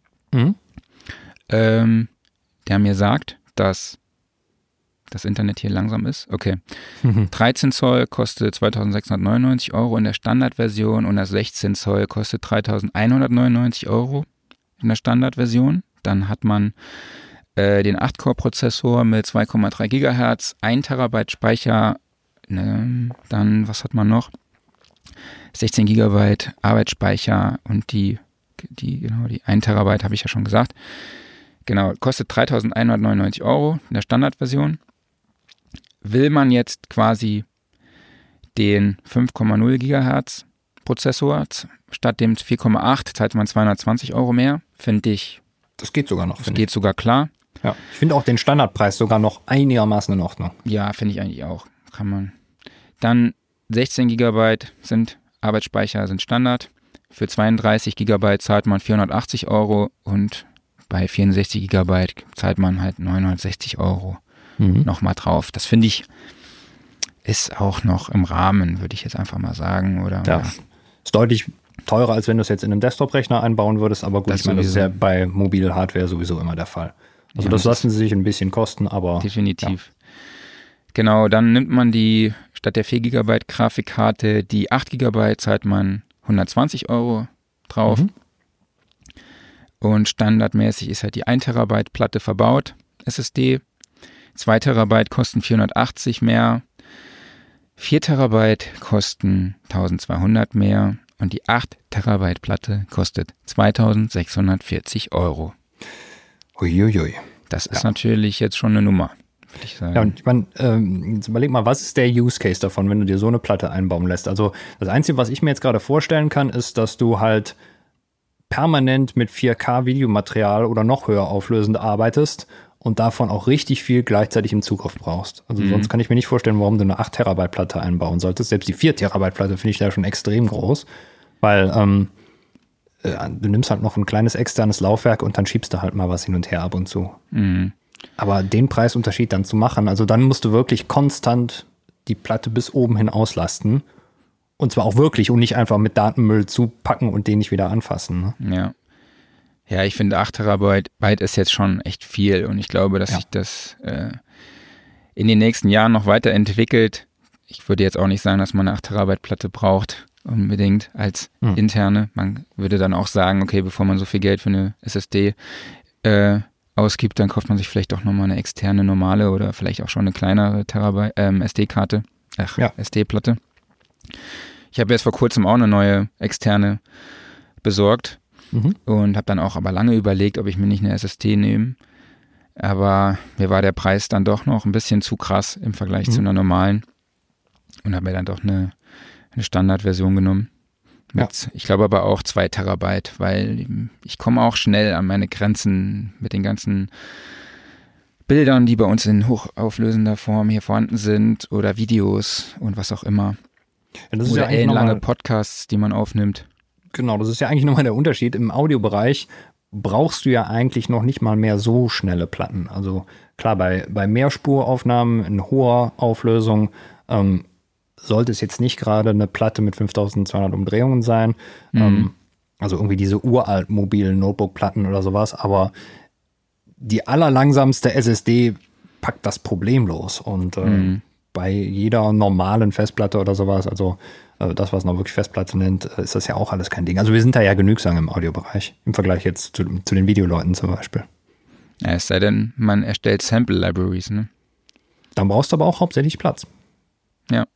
S1: der mir sagt, dass das Internet hier langsam ist. Okay. 13 Zoll kostet 2.699 € in der Standardversion und das 16 Zoll kostet 3.199 € in der Standardversion. Dann hat man den 8-Core-Prozessor mit 2,3 GHz, 1 Terabyte Speicher, dann, was hat man noch? 16 GB Arbeitsspeicher und die 1 Terabyte habe ich ja schon gesagt. Genau, kostet 3.199 € in der Standardversion. Will man jetzt quasi den 5,0 GHz Prozessor statt dem 4,8, zahlt man 220 € mehr, finde ich.
S2: Das geht sogar noch.
S1: Das geht sogar klar.
S2: Ja, ich finde auch den Standardpreis sogar noch einigermaßen in Ordnung.
S1: Ja, finde ich eigentlich auch. Kann man. Dann 16 GB Arbeitsspeicher sind Standard. Für 32 GB zahlt man 480 € und bei 64 GB zahlt man halt 960 € nochmal drauf. Das finde ich, ist auch noch im Rahmen, würde ich jetzt einfach mal sagen. Oder,
S2: ja, ist deutlich teurer, als wenn du es jetzt in einem Desktop-Rechner einbauen würdest, aber gut, das ist ja bei mobiler Hardware sowieso immer der Fall. Also ja, das lassen sie sich ein bisschen kosten, aber...
S1: Definitiv. Ja. Genau, dann nimmt man statt der 4 GB Grafikkarte, die 8 GB zahlt man 120 € drauf. Und standardmäßig ist halt die 1 Terabyte Platte verbaut, SSD. 2 Terabyte kosten 480 mehr. 4 Terabyte kosten 1200 mehr. Und die 8 Terabyte Platte kostet 2.640 €.
S2: Uiuiui.
S1: Das ist natürlich jetzt schon eine Nummer, würde ich sagen.
S2: Ja, und ich meine, jetzt überleg mal, was ist der Use Case davon, wenn du dir so eine Platte einbauen lässt? Also das Einzige, was ich mir jetzt gerade vorstellen kann, ist, dass du halt permanent mit 4K-Videomaterial oder noch höher auflösend arbeitest und davon auch richtig viel gleichzeitig im Zugriff brauchst. Also sonst kann ich mir nicht vorstellen, warum du eine 8 Terabyte Platte einbauen solltest. Selbst die 4 Terabyte Platte finde ich da schon extrem groß, weil du nimmst halt noch ein kleines externes Laufwerk und dann schiebst du halt mal was hin und her ab und zu. Aber den Preisunterschied dann zu machen, also dann musst du wirklich konstant die Platte bis oben hin auslasten. Und zwar auch wirklich und nicht einfach mit Datenmüll zupacken und den nicht wieder anfassen. Ne?
S1: Ja. Ja, ich finde 8 Terabyte ist jetzt schon echt viel und ich glaube, dass sich das in den nächsten Jahren noch weiterentwickelt. Ich würde jetzt auch nicht sagen, dass man eine 8 Terabyte Platte braucht, unbedingt als interne. Man würde dann auch sagen, okay, bevor man so viel Geld für eine SSD ausgibt, dann kauft man sich vielleicht doch nochmal eine externe, normale oder vielleicht auch schon eine kleinere SD-Karte, SD-Platte. Ich habe jetzt vor kurzem auch eine neue externe besorgt und habe dann auch aber lange überlegt, ob ich mir nicht eine SSD nehme. Aber mir war der Preis dann doch noch ein bisschen zu krass im Vergleich zu einer normalen und habe mir dann doch eine Standardversion genommen. Ich glaube aber auch 2 Terabyte, weil ich komme auch schnell an meine Grenzen mit den ganzen Bildern, die bei uns in hochauflösender Form hier vorhanden sind oder Videos und was auch immer.
S2: Ja, das ist
S1: oder ellenlange Podcasts, die man aufnimmt.
S2: Genau, das ist ja eigentlich nochmal der Unterschied. Im Audiobereich brauchst du ja eigentlich noch nicht mal mehr so schnelle Platten. Also klar, bei Mehrspuraufnahmen in hoher Auflösung sollte es jetzt nicht gerade eine Platte mit 5200 Umdrehungen sein. Also irgendwie diese uralt mobilen Notebook-Platten oder sowas. Aber die allerlangsamste SSD packt das problemlos. Und bei jeder normalen Festplatte oder sowas, also das, was man wirklich Festplatte nennt, ist das ja auch alles kein Ding. Also wir sind da ja genügsam im Audiobereich, im Vergleich jetzt zu den Videoleuten zum Beispiel.
S1: Ja, es sei denn, man erstellt Sample-Libraries, ne?
S2: Dann brauchst du aber auch hauptsächlich Platz.
S1: Ja.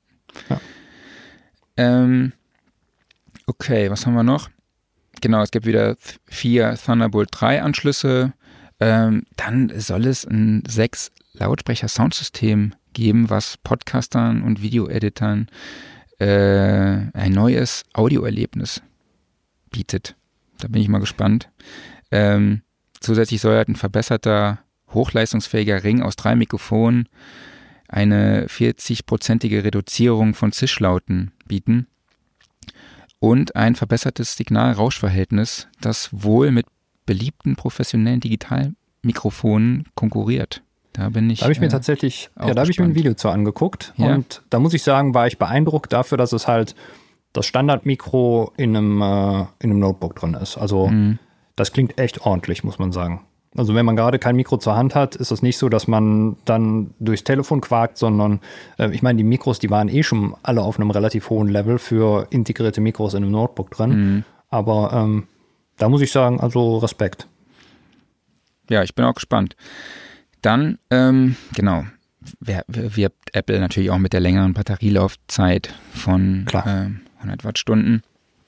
S1: Okay, was haben wir noch? Genau, es gibt wieder 4 Thunderbolt 3 Anschlüsse. Dann soll es ein 6 Lautsprecher-Soundsystem geben, was Podcastern und Videoeditern ein neues Audioerlebnis bietet. Da bin ich mal gespannt. Zusätzlich soll halt ein verbesserter, hochleistungsfähiger Ring aus 3 Mikrofonen eine 40-prozentige Reduzierung von Zischlauten bieten und ein verbessertes Signal-Rausch-Verhältnis, das wohl mit beliebten professionellen Digitalmikrofonen konkurriert. Da habe ich mir
S2: tatsächlich, da habe ich mir ein Video zu angeguckt und da muss ich sagen, war ich beeindruckt dafür, dass es halt das Standardmikro in einem Notebook drin ist. Also das klingt echt ordentlich, muss man sagen. Also wenn man gerade kein Mikro zur Hand hat, ist es nicht so, dass man dann durchs Telefon quakt, sondern ich meine, die Mikros, die waren eh schon alle auf einem relativ hohen Level für integrierte Mikros in einem Notebook drin. Aber da muss ich sagen, also Respekt.
S1: Ja, ich bin auch gespannt. Dann, genau, wirbt Apple natürlich auch mit der längeren Batterielaufzeit von 100 Wattstunden.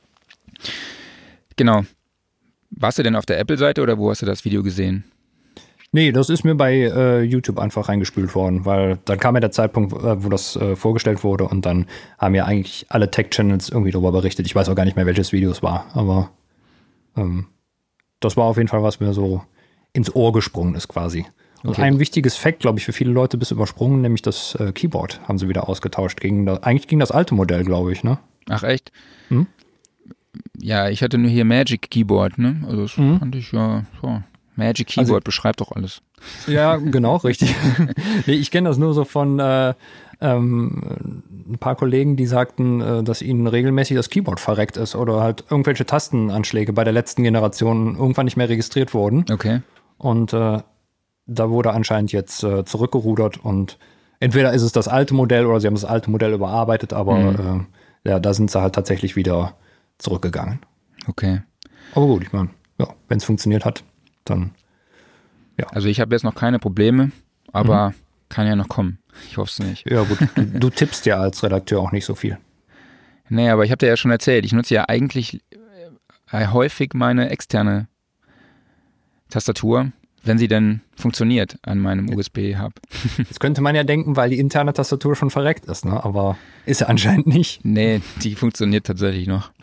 S1: Warst du denn auf der Apple-Seite oder wo hast du das Video gesehen?
S2: Nee, das ist mir bei YouTube einfach reingespült worden, weil dann kam ja der Zeitpunkt, wo das vorgestellt wurde und dann haben ja eigentlich alle Tech-Channels irgendwie darüber berichtet. Ich weiß auch gar nicht mehr, welches Video es war, aber das war auf jeden Fall, was mir so ins Ohr gesprungen ist quasi. Und ein wichtiges Fact, glaube ich, für viele Leute bis übersprungen, nämlich das Keyboard haben sie wieder ausgetauscht. Eigentlich gegen das alte Modell, glaube ich, ne?
S1: Ach, echt? Ja, ich hatte nur hier Magic Keyboard, ne? Also das fand ich ja, Magic Keyboard beschreibt doch alles.
S2: Ja, genau, richtig. Nee, ich kenne das nur so von ein paar Kollegen, die sagten, dass ihnen regelmäßig das Keyboard verreckt ist oder halt irgendwelche Tastenanschläge bei der letzten Generation irgendwann nicht mehr registriert wurden.
S1: Okay.
S2: Und da wurde anscheinend jetzt zurückgerudert und entweder ist es das alte Modell oder sie haben das alte Modell überarbeitet, aber da sind sie halt tatsächlich wieder zurückgegangen.
S1: Okay.
S2: Aber gut, ich meine, ja, wenn es funktioniert hat, dann ja.
S1: Also ich habe jetzt noch keine Probleme, aber kann ja noch kommen. Ich hoffe es nicht.
S2: Ja gut, du tippst ja als Redakteur auch nicht so viel.
S1: Nee, aber ich habe dir ja schon erzählt, ich nutze ja eigentlich häufig meine externe Tastatur, wenn sie denn funktioniert an meinem USB-Hub.
S2: Das könnte man ja denken, weil die interne Tastatur schon verreckt ist, ne? Aber ist ja anscheinend nicht.
S1: Nee, die funktioniert tatsächlich noch.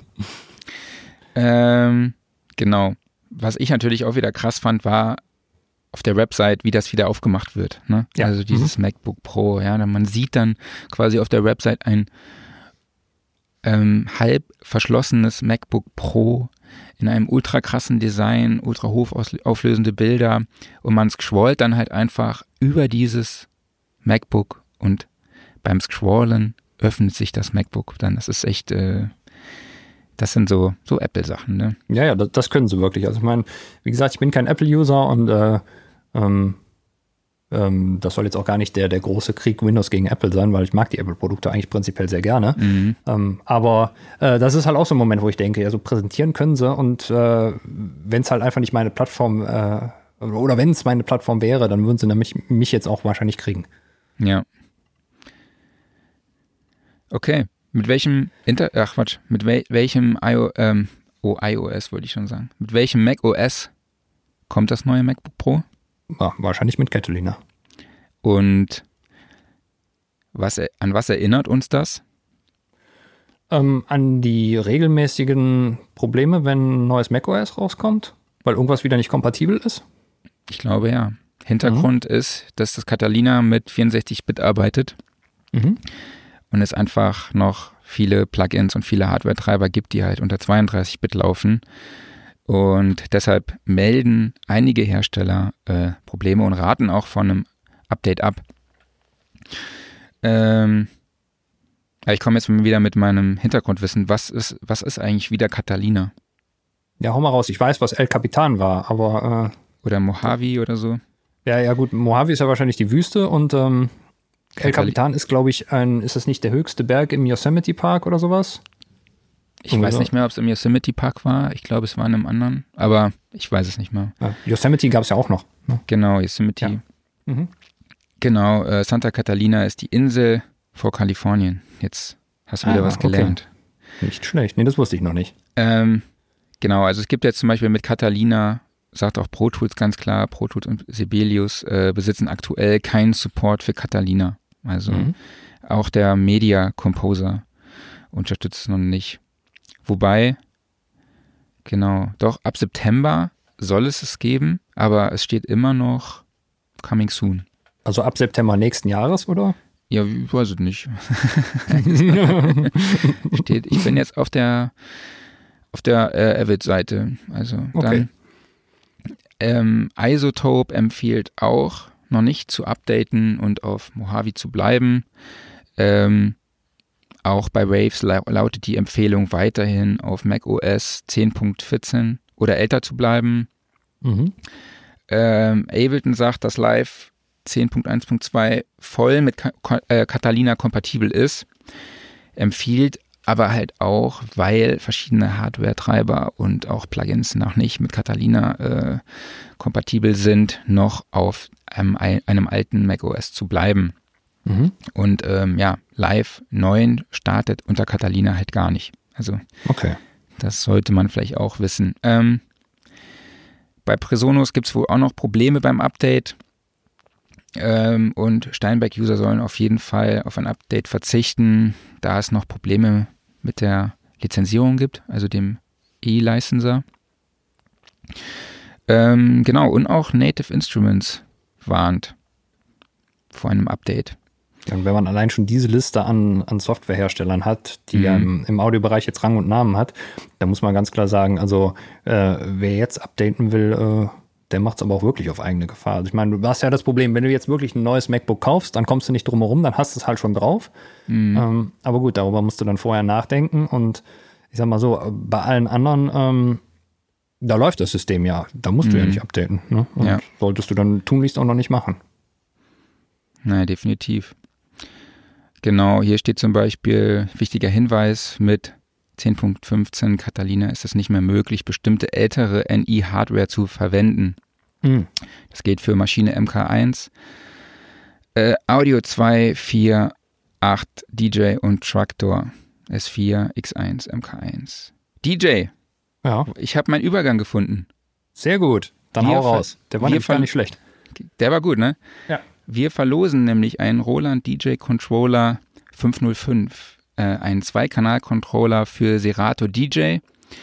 S1: Genau. Was ich natürlich auch wieder krass fand, war auf der Website, wie das wieder aufgemacht wird. Ne? Ja. Also dieses MacBook Pro. Ja, man sieht dann quasi auf der Website ein halb verschlossenes MacBook Pro in einem ultra krassen Design, ultra hoch auflösende Bilder und man scrollt dann halt einfach über dieses MacBook und beim Scrollen öffnet sich das MacBook dann. Das ist echt, das sind so Apple-Sachen, ne?
S2: Ja, das können sie wirklich. Also ich meine, wie gesagt, ich bin kein Apple-User und das soll jetzt auch gar nicht der große Krieg Windows gegen Apple sein, weil ich mag die Apple-Produkte eigentlich prinzipiell sehr gerne. Aber das ist halt auch so ein Moment, wo ich denke, ja, so präsentieren können sie und wenn es halt einfach nicht meine Plattform oder wenn es meine Plattform wäre, dann würden sie nämlich mich jetzt auch wahrscheinlich kriegen.
S1: Ja. Okay. Mit welchem iOS wollte ich schon sagen. Mit welchem Mac OS kommt das neue MacBook Pro?
S2: Ja, wahrscheinlich mit Catalina.
S1: Und an was erinnert uns das?
S2: an die regelmäßigen Probleme, wenn ein neues macOS rauskommt? Weil irgendwas wieder nicht kompatibel ist?
S1: Ich glaube, ja. Hintergrund ist, dass das Catalina mit 64-Bit arbeitet und es einfach noch viele Plugins und viele Hardware-Treiber gibt, die halt unter 32-Bit laufen. Und deshalb melden einige Hersteller Probleme und raten auch von einem Update ab. Ich komme jetzt wieder mit meinem Hintergrundwissen. Was ist eigentlich wieder Catalina?
S2: Ja, hau mal raus. Ich weiß, was El Capitan war, aber...
S1: Oder Mojave oder so.
S2: Ja, gut. Mojave ist ja wahrscheinlich die Wüste und El Capitan ist, glaube ich, ist das nicht der höchste Berg im Yosemite Park oder sowas?
S1: Ich weiß nicht mehr, ob es im Yosemite Park war. Ich glaube, es war in einem anderen, aber ich weiß es nicht mehr.
S2: Ja, Yosemite gab es ja auch noch. Ne?
S1: Genau, Yosemite. Ja. Genau, Santa Catalina ist die Insel vor Kalifornien. Jetzt hast du wieder was gelernt.
S2: Okay. Nicht schlecht. Nee, das wusste ich noch nicht.
S1: Genau, also es gibt jetzt zum Beispiel mit Catalina, sagt auch Pro Tools ganz klar, Pro Tools und Sibelius besitzen aktuell keinen Support für Catalina. Also auch der Media Composer unterstützt es noch nicht. Wobei, genau, doch ab September soll es geben, aber es steht immer noch coming soon.
S2: Also ab September nächsten Jahres, oder?
S1: Ja, ich weiß es nicht. Steht, ich bin jetzt auf der Avid-Seite. Also
S2: okay.
S1: Dann Isotope empfiehlt auch, noch nicht zu updaten und auf Mojave zu bleiben. Auch bei Waves lautet die Empfehlung weiterhin auf macOS 10.14 oder älter zu bleiben. Ableton sagt, dass Live 10.1.2 voll mit Catalina kompatibel ist. Empfiehlt aber halt auch, weil verschiedene Hardware-Treiber und auch Plugins noch nicht mit Catalina kompatibel sind, noch auf einem alten macOS zu bleiben. Und Live 9 startet unter Catalina halt gar nicht. Also das sollte man vielleicht auch wissen. Bei Presonus gibt es wohl auch noch Probleme beim Update. Und Steinberg-User sollen auf jeden Fall auf ein Update verzichten, da es noch Probleme mit der Lizenzierung gibt, also dem E-Licenser. Genau, und auch Native Instruments warnt vor einem Update.
S2: Ja, und wenn man allein schon diese Liste an Softwareherstellern hat, die ja im Audiobereich jetzt Rang und Namen hat, dann muss man ganz klar sagen, also wer jetzt updaten will, der macht es aber auch wirklich auf eigene Gefahr. Also ich meine, du hast ja das Problem, wenn du jetzt wirklich ein neues MacBook kaufst, dann kommst du nicht drum herum, dann hast du es halt schon drauf. Aber gut, darüber musst du dann vorher nachdenken und ich sag mal so, bei allen anderen, da läuft das System ja, da musst du ja nicht updaten. Ne? Und solltest du dann tunlichst auch noch nicht machen.
S1: Nein, definitiv. Genau, hier steht zum Beispiel, wichtiger Hinweis, mit 10.15 Catalina ist es nicht mehr möglich, bestimmte ältere NI-Hardware zu verwenden. Das gilt für Maschine MK1, Audio 2, 4, 8, DJ und Traktor S4, X1, MK1. DJ, ich habe meinen Übergang gefunden.
S2: Sehr gut, dann hau raus. Der war nämlich gar nicht schlecht.
S1: Der war gut, ne?
S2: Ja.
S1: Wir verlosen nämlich einen Roland DJ Controller 505, einen 2-Kanal-Controller für Serato DJ.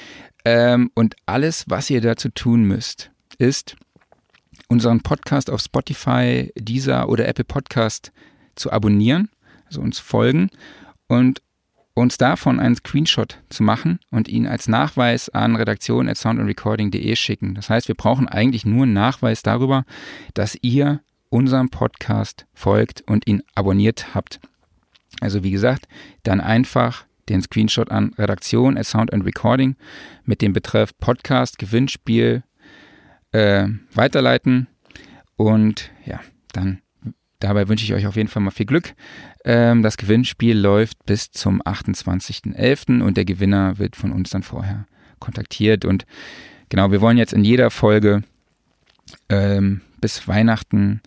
S1: Und alles, was ihr dazu tun müsst, ist, unseren Podcast auf Spotify, Deezer oder Apple Podcast zu abonnieren, also uns folgen und uns davon einen Screenshot zu machen und ihn als Nachweis an redaktion@soundandrecording.de schicken. Das heißt, wir brauchen eigentlich nur einen Nachweis darüber, dass ihr unserem Podcast folgt und ihn abonniert habt. Also wie gesagt, dann einfach den Screenshot an redaktion@soundandrecording mit dem Betreff Podcast Gewinnspiel weiterleiten und ja, dann dabei wünsche ich euch auf jeden Fall mal viel Glück. Das Gewinnspiel läuft bis zum 28.11. und der Gewinner wird von uns dann vorher kontaktiert und genau, wir wollen jetzt in jeder Folge bis Weihnachten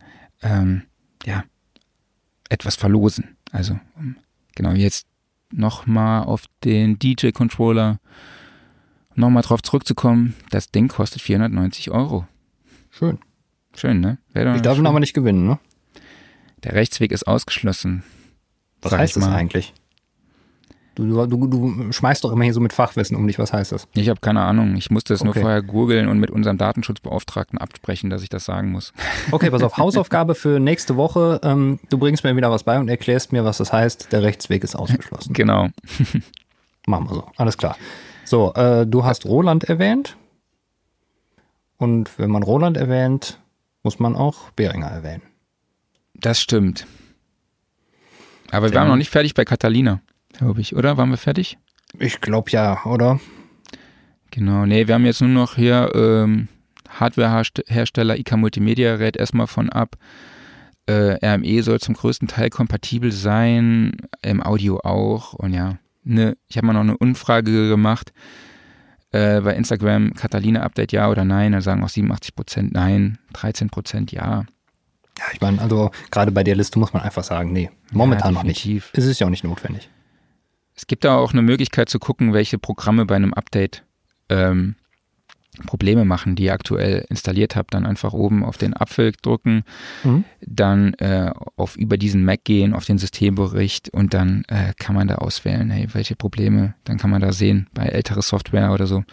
S1: etwas verlosen. Also genau, jetzt nochmal auf den DJ-Controller nochmal drauf zurückzukommen. Das Ding kostet 490 €.
S2: Schön.
S1: Schön, ne?
S2: Ich darf ihn aber nicht gewinnen, ne?
S1: Der Rechtsweg ist ausgeschlossen.
S2: Was heißt das eigentlich? Du schmeißt doch immer hier so mit Fachwissen um dich. Was heißt das?
S1: Ich habe keine Ahnung. Ich musste es nur vorher googeln und mit unserem Datenschutzbeauftragten absprechen, dass ich das sagen muss.
S2: Okay, pass auf. Hausaufgabe für nächste Woche. Du bringst mir wieder was bei und erklärst mir, was das heißt. Der Rechtsweg ist ausgeschlossen.
S1: Genau.
S2: Machen wir so. Alles klar. So, du hast Roland erwähnt. Und wenn man Roland erwähnt, muss man auch Behringer erwähnen.
S1: Das stimmt. Aber wir waren noch nicht fertig bei Catalina, glaube ich, oder? Waren wir fertig?
S2: Ich glaube ja, oder?
S1: Genau, nee, wir haben jetzt nur noch hier Hardware-Hersteller IK Multimedia rät erstmal von ab. RME soll zum größten Teil kompatibel sein, im Audio auch. Und ja, ich habe mal noch eine Umfrage gemacht bei Instagram, Catalina-Update ja oder nein. Da sagen auch 87% nein, 13% ja.
S2: Ja, ich meine, also gerade bei der Liste muss man einfach sagen, nee, momentan noch nicht. Es ist ja auch nicht notwendig.
S1: Es gibt da auch eine Möglichkeit zu gucken, welche Programme bei einem Update Probleme machen, die ihr aktuell installiert habt. Dann einfach oben auf den Apfel drücken, dann auf über diesen Mac gehen, auf den Systembericht und dann kann man da auswählen, hey, welche Probleme, dann kann man da sehen, bei älterer Software oder so,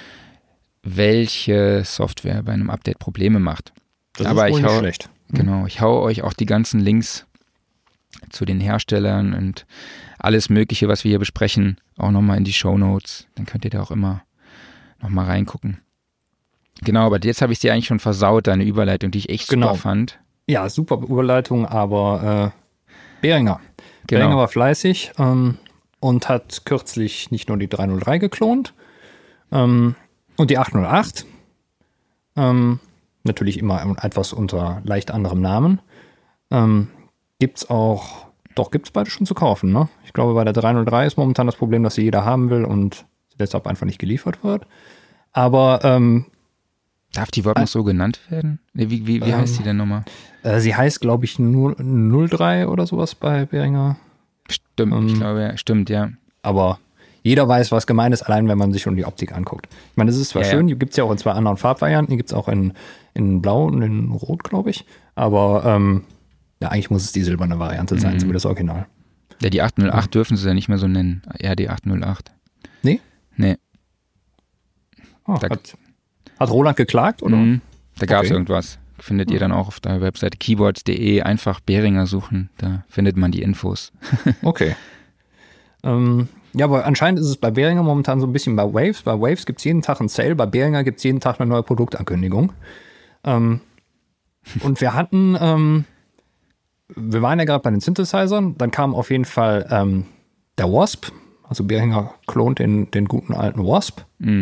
S1: welche Software bei einem Update Probleme macht.
S2: Das ist wohl nicht schlecht.
S1: Genau, ich hau euch auch die ganzen Links zu den Herstellern und alles Mögliche, was wir hier besprechen, auch nochmal in die Shownotes. Dann könnt ihr da auch immer nochmal reingucken. Genau, aber jetzt habe ich dir eigentlich schon versaut, deine Überleitung, die ich echt super fand.
S2: Ja, super Überleitung, aber Behringer.
S1: Genau.
S2: Behringer war fleißig und hat kürzlich nicht nur die 303 geklont und die 808. Natürlich immer etwas unter leicht anderem Namen. Gibt's beide schon zu kaufen, ne? Ich glaube, bei der 303 ist momentan das Problem, dass sie jeder haben will und deshalb einfach nicht geliefert wird. Aber
S1: darf die überhaupt noch so genannt werden? Wie heißt die denn nochmal?
S2: Sie heißt, glaube ich, 03 oder sowas bei Behringer.
S1: Stimmt, ich glaube, ja, stimmt, ja.
S2: Aber jeder weiß, was gemeint ist, allein wenn man sich schon die Optik anguckt. Ich meine, das ist zwar schön, die gibt es ja auch in 2 anderen Farbvarianten, die gibt es auch in Blau und in Rot, glaube ich. Aber eigentlich muss es die silberne Variante sein, so wie das Original.
S1: Ja, die 808 dürfen sie ja nicht mehr so nennen. Ja, die 808.
S2: Nee?
S1: Nee.
S2: Oh, hat Roland geklagt, oder?
S1: Da gab es irgendwas. Findet ihr dann auch auf der Webseite keyboards.de, einfach Behringer suchen, da findet man die Infos.
S2: Okay. Ja, aber anscheinend ist es bei Behringer momentan so ein bisschen bei Waves. Bei Waves gibt es jeden Tag einen Sale, bei Behringer gibt es jeden Tag eine neue Produktankündigung. Und wir hatten, wir waren ja gerade bei den Synthesizern, dann kam auf jeden Fall der Wasp, also Behringer klont den guten alten Wasp.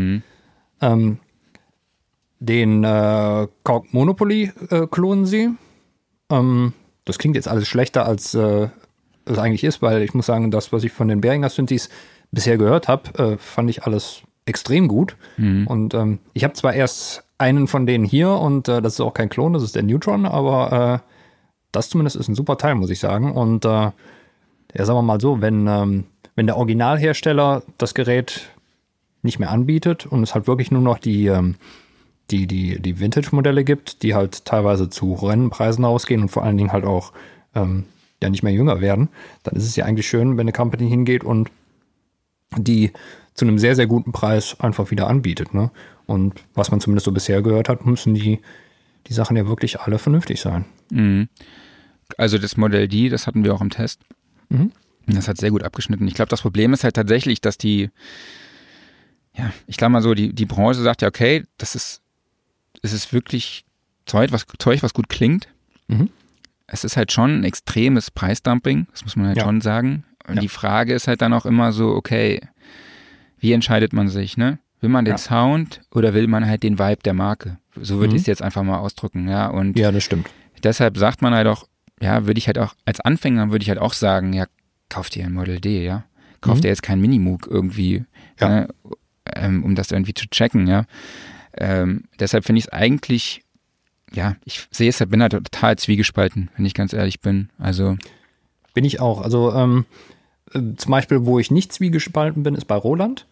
S2: Den Korg Monopoly klonen sie. Das klingt jetzt alles schlechter, als es eigentlich ist, weil ich muss sagen, das, was ich von den Behringer Synthes bisher gehört habe, fand ich alles extrem gut. Und ich habe zwar erst einen von denen hier und das ist auch kein Klon, das ist der Neutron, aber das zumindest ist ein super Teil, muss ich sagen. Und ja, sagen wir mal so, wenn der Originalhersteller das Gerät nicht mehr anbietet und es halt wirklich nur noch die Vintage-Modelle gibt, die halt teilweise zu Rennpreisen rausgehen und vor allen Dingen halt auch ja nicht mehr jünger werden, dann ist es ja eigentlich schön, wenn eine Company hingeht und die zu einem sehr, sehr guten Preis einfach wieder anbietet. Ne? Und was man zumindest so bisher gehört hat, müssen die Sachen ja wirklich alle vernünftig sein.
S1: Also das Modell D, das hatten wir auch im Test. Das hat sehr gut abgeschnitten. Ich glaube, das Problem ist halt tatsächlich, dass ich glaube mal so, die Branche sagt ja, okay, es ist wirklich Zeug, was gut klingt. Es ist halt schon ein extremes Preisdumping, das muss man halt schon sagen. Und die Frage ist halt dann auch immer so, okay, wie entscheidet man sich, ne? Will man den Sound oder will man halt den Vibe der Marke? So würde ich es jetzt einfach mal ausdrücken, ja. Und
S2: ja, das stimmt.
S1: Deshalb sagt man halt auch, ja, würde ich halt auch, als Anfänger würde ich halt auch sagen, ja, kauf dir ein Model D, ja. Kauf dir jetzt kein Minimoog irgendwie, ne? Um das irgendwie zu checken, ja. Deshalb finde ich es eigentlich, ja, ich sehe es, bin halt total zwiegespalten, wenn ich ganz ehrlich bin. Also
S2: bin ich auch. Also zum Beispiel, wo ich nicht zwiegespalten bin, ist bei Roland.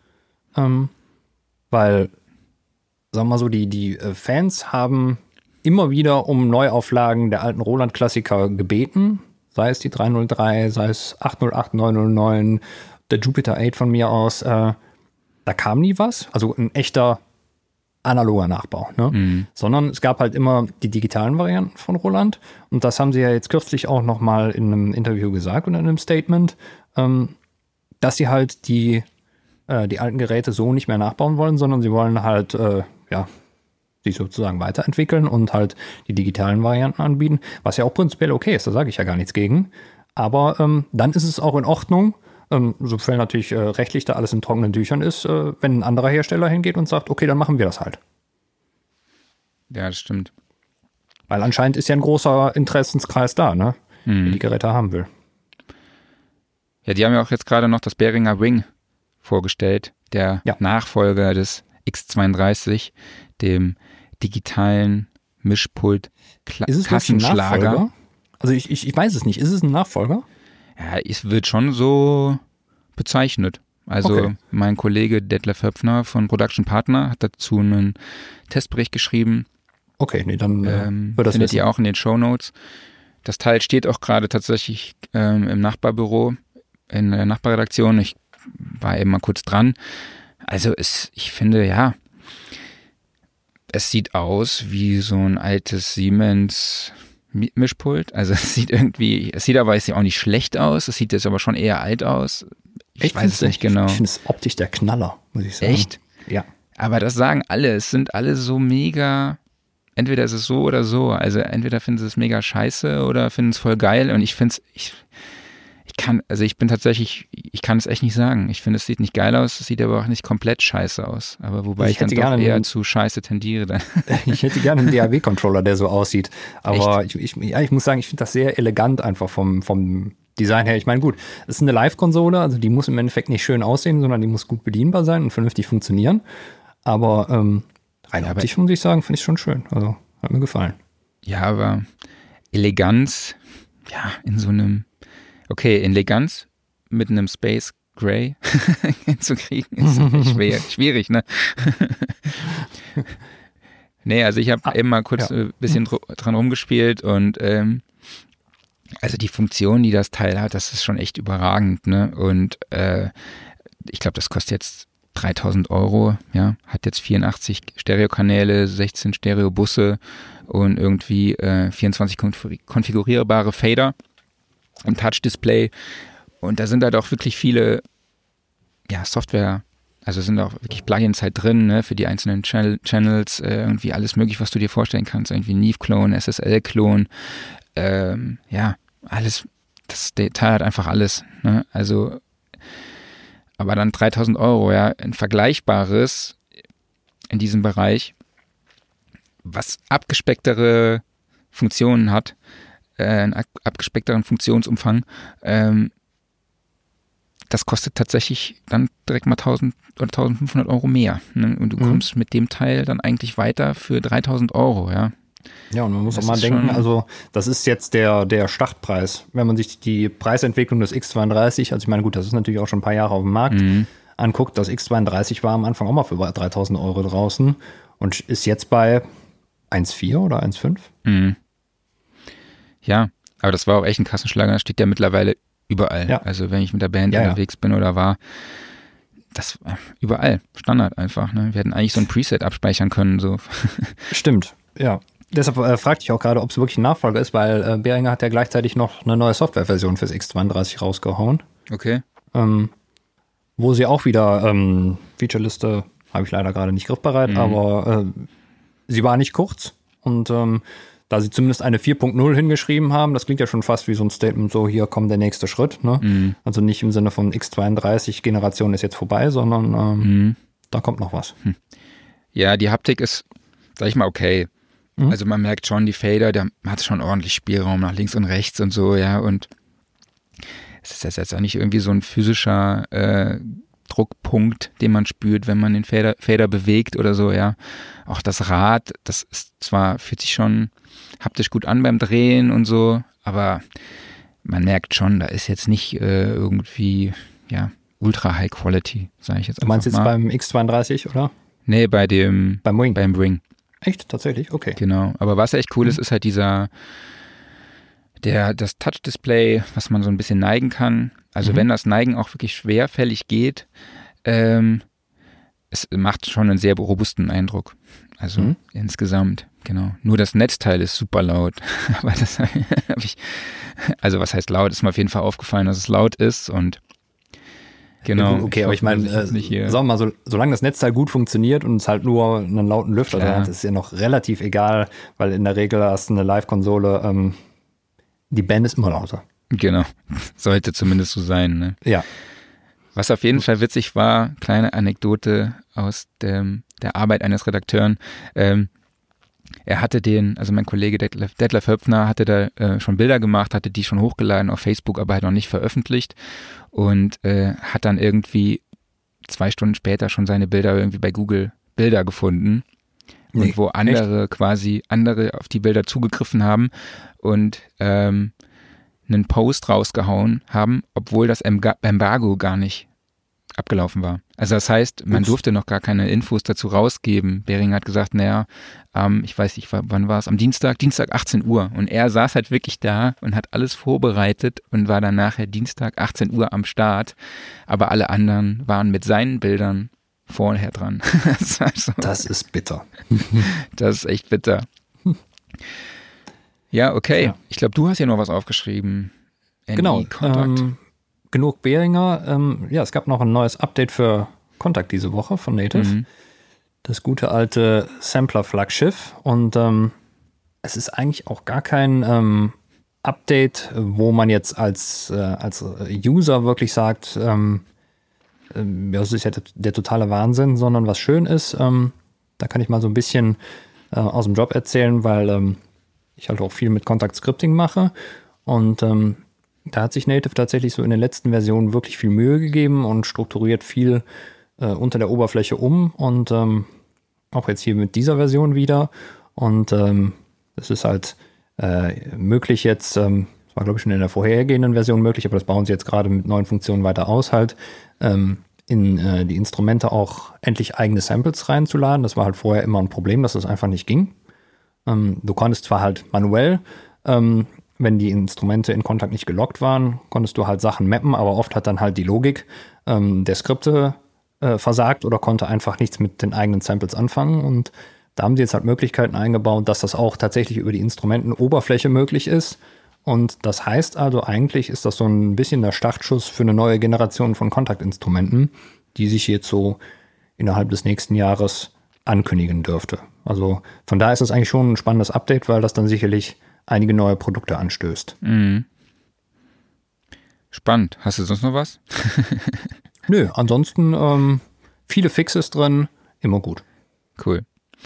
S2: Weil, sagen wir mal so, die Fans haben immer wieder um Neuauflagen der alten Roland-Klassiker gebeten. Sei es die 303, sei es 808, 909 der Jupiter 8 von mir aus, da kam nie was. Also ein echter analoger Nachbau, ne? Sondern es gab halt immer die digitalen Varianten von Roland. Und das haben sie ja jetzt kürzlich auch nochmal in einem Interview gesagt und in einem Statement, dass sie halt die alten Geräte so nicht mehr nachbauen wollen, sondern sie wollen halt, die sozusagen weiterentwickeln und halt die digitalen Varianten anbieten, was ja auch prinzipiell okay ist, da sage ich ja gar nichts gegen. Aber dann ist es auch in Ordnung, sofern natürlich rechtlich da alles in trockenen Tüchern ist, wenn ein anderer Hersteller hingeht und sagt, okay, dann machen wir das halt.
S1: Ja, das stimmt.
S2: Weil anscheinend ist ja ein großer Interessenskreis da, ne? Der die Geräte haben will.
S1: Ja, die haben ja auch jetzt gerade noch das Behringer Ring vorgestellt, der Nachfolger des X32, dem digitalen Mischpult Kassenschlager.
S2: Nachfolger? Also ich weiß es nicht. Ist es ein Nachfolger?
S1: Ja, es wird schon so bezeichnet. Also mein Kollege Detlef Höpfner von Production Partner hat dazu einen Testbericht geschrieben.
S2: Okay, nee, dann wird das
S1: findet ihr auch in den Shownotes. Das Teil steht auch gerade tatsächlich im Nachbarbüro, in der Nachbarredaktion. Ich war eben mal kurz dran. Also ich finde, ja, es sieht aus wie so ein altes Siemens Mischpult. Also es sieht aber jetzt auch nicht schlecht aus. Es sieht jetzt aber schon eher alt aus. Ich weiß es nicht genau.
S2: Ich finde es optisch der Knaller, muss ich sagen.
S1: Echt?
S2: Ja.
S1: Aber das sagen alle. Es sind alle so mega, entweder ist es so oder so. Also entweder finden sie es mega scheiße oder finden es voll geil. Und ich finde es, ich kann es echt nicht sagen. Ich finde, es sieht nicht geil aus, es sieht aber auch nicht komplett scheiße aus. Aber wobei ich dann doch eher zu scheiße tendiere dann.
S2: Ich hätte gerne einen DAW-Controller, der so aussieht. Aber ich muss sagen, ich finde das sehr elegant einfach vom Design her. Ich meine, gut, es ist eine Live-Konsole, also die muss im Endeffekt nicht schön aussehen, sondern die muss gut bedienbar sein und vernünftig funktionieren. Aber rein optisch muss ich sagen, finde ich schon schön. Also hat mir gefallen.
S1: Ja, aber Eleganz, ja, in so einem Eleganz mit einem Space Gray hinzukriegen, ist schwierig, ne? Nee, also ich habe eben mal kurz ein bisschen dran rumgespielt und also die Funktion, die das Teil hat, das ist schon echt überragend, ne? Und ich glaube, das kostet jetzt 3.000 €, ja, hat jetzt 84 Stereokanäle, 16 Stereobusse und irgendwie 24 konfigurierbare Fader. Ein Touch-Display und da sind halt auch wirklich viele Software, also sind auch wirklich Plugins halt drin, ne, für die einzelnen Channels, irgendwie alles möglich, was du dir vorstellen kannst, irgendwie Neve-Klon, SSL-Klon, alles, das Teil hat einfach alles, ne, also, aber dann 3.000 €, ja, ein vergleichbares in diesem Bereich, was abgespecktere Funktionen hat, einen abgespeckteren Funktionsumfang, das kostet tatsächlich dann direkt mal 1.000 oder 1.500 € mehr. Ne? Und du kommst mit dem Teil dann eigentlich weiter für 3.000 €, ja.
S2: Ja, und man muss auch mal denken, also das ist jetzt der Startpreis. Wenn man sich die Preisentwicklung des X32, also ich meine, gut, das ist natürlich auch schon ein paar Jahre auf dem Markt, anguckt, das X32 war am Anfang auch mal für 3.000 € draußen und ist jetzt bei 1,4 oder 1,5.
S1: Ja, aber das war auch echt ein Kassenschlager, das steht ja mittlerweile überall. Ja. Also wenn ich mit der Band unterwegs bin oder war, das überall, Standard einfach. Ne? Wir hätten eigentlich so ein Preset abspeichern können. So.
S2: Stimmt, ja. Deshalb fragte ich auch gerade, ob es wirklich ein Nachfolger ist, weil Behringer hat ja gleichzeitig noch eine neue Softwareversion fürs X32 rausgehauen.
S1: Okay.
S2: Wo sie auch wieder, Featureliste habe ich leider gerade nicht griffbereit, aber sie war nicht kurz und da sie zumindest eine 4.0 hingeschrieben haben, das klingt ja schon fast wie so ein Statement, so hier kommt der nächste Schritt. Ne? Also nicht im Sinne von X32, Generation ist jetzt vorbei, sondern da kommt noch was.
S1: Ja, die Haptik ist, sag ich mal, okay. Also man merkt schon, die Fader, der hat schon ordentlich Spielraum nach links und rechts und so, ja. Und es ist jetzt auch nicht irgendwie so ein physischer Druckpunkt, den man spürt, wenn man den Fader bewegt oder so, ja. Auch das Rad, das ist zwar, fühlt sich schon haptisch gut an beim Drehen und so, aber man merkt schon, da ist jetzt nicht irgendwie, ultra high quality, sage ich jetzt einfach mal.
S2: Du meinst jetzt beim X32, oder?
S1: Nee, beim Ring.
S2: Echt? Tatsächlich? Okay.
S1: Genau, aber was echt cool ist halt das Touch-Display, was man so ein bisschen neigen kann. Also wenn das Neigen auch wirklich schwerfällig geht, es macht schon einen sehr robusten Eindruck. Also insgesamt, genau. Nur das Netzteil ist super laut. Aber das habe ich, also was heißt laut, ist mir auf jeden Fall aufgefallen, dass es laut ist und genau.
S2: Ja, gut, okay, aber ich meine, sagen wir mal, solange das Netzteil gut funktioniert und es halt nur einen lauten Lüfter drin hat, ist ja noch relativ egal, weil in der Regel hast du eine Live-Konsole, die Band ist immer lauter.
S1: Genau, sollte zumindest so sein. Ne?
S2: Ja.
S1: Was auf jeden Fall witzig war, kleine Anekdote aus der Arbeit eines Redakteuren. Er hatte also mein Kollege Detlef Höpfner hatte da schon Bilder gemacht, hatte die schon hochgeladen auf Facebook, aber halt noch nicht veröffentlicht und hat dann irgendwie 2 Stunden später schon seine Bilder irgendwie bei Google Bilder gefunden. Und wo andere auf die Bilder zugegriffen haben und einen Post rausgehauen haben, obwohl das Embargo gar nicht abgelaufen war. Also das heißt, man durfte noch gar keine Infos dazu rausgeben. Behringer hat gesagt, naja, ich weiß nicht, wann war es? Am Dienstag 18 Uhr. Und er saß halt wirklich da und hat alles vorbereitet und war dann nachher Dienstag 18 Uhr am Start. Aber alle anderen waren mit seinen Bildern vorher dran.
S2: Das ist bitter.
S1: Das ist echt bitter. Ja, okay. Ja. Ich glaube, du hast ja noch was aufgeschrieben.
S2: Genau. Genug Behringer. Ja, es gab noch ein neues Update für Kontakt diese Woche von Native. Das gute alte Sampler-Flaggschiff. Und es ist eigentlich auch gar kein Update, wo man jetzt als User wirklich sagt, das ist ja der totale Wahnsinn, sondern was schön ist, da kann ich mal so ein bisschen aus dem Job erzählen, weil ich halt auch viel mit Kontakt Scripting mache und da hat sich Native tatsächlich so in den letzten Versionen wirklich viel Mühe gegeben und strukturiert viel unter der Oberfläche um und auch jetzt hier mit dieser Version wieder und es ist halt möglich jetzt, das war glaube ich schon in der vorhergehenden Version möglich, aber das bauen sie jetzt gerade mit neuen Funktionen weiter aus halt, in die Instrumente auch endlich eigene Samples reinzuladen. Das war halt vorher immer ein Problem, dass das einfach nicht ging. Du konntest zwar halt manuell, wenn die Instrumente in Kontakt nicht gelockt waren, konntest du halt Sachen mappen, aber oft hat dann halt die Logik der Skripte versagt oder konnte einfach nichts mit den eigenen Samples anfangen. Und da haben sie jetzt halt Möglichkeiten eingebaut, dass das auch tatsächlich über die Instrumentenoberfläche möglich ist. Und das heißt also, eigentlich ist das so ein bisschen der Startschuss für eine neue Generation von Kontaktinstrumenten, die sich jetzt so innerhalb des nächsten Jahres ankündigen dürfte. Also von daher ist es eigentlich schon ein spannendes Update, weil das dann sicherlich einige neue Produkte anstößt.
S1: Mhm. Spannend. Hast du sonst noch was?
S2: Nö, ansonsten viele Fixes drin, immer gut.
S1: Cool.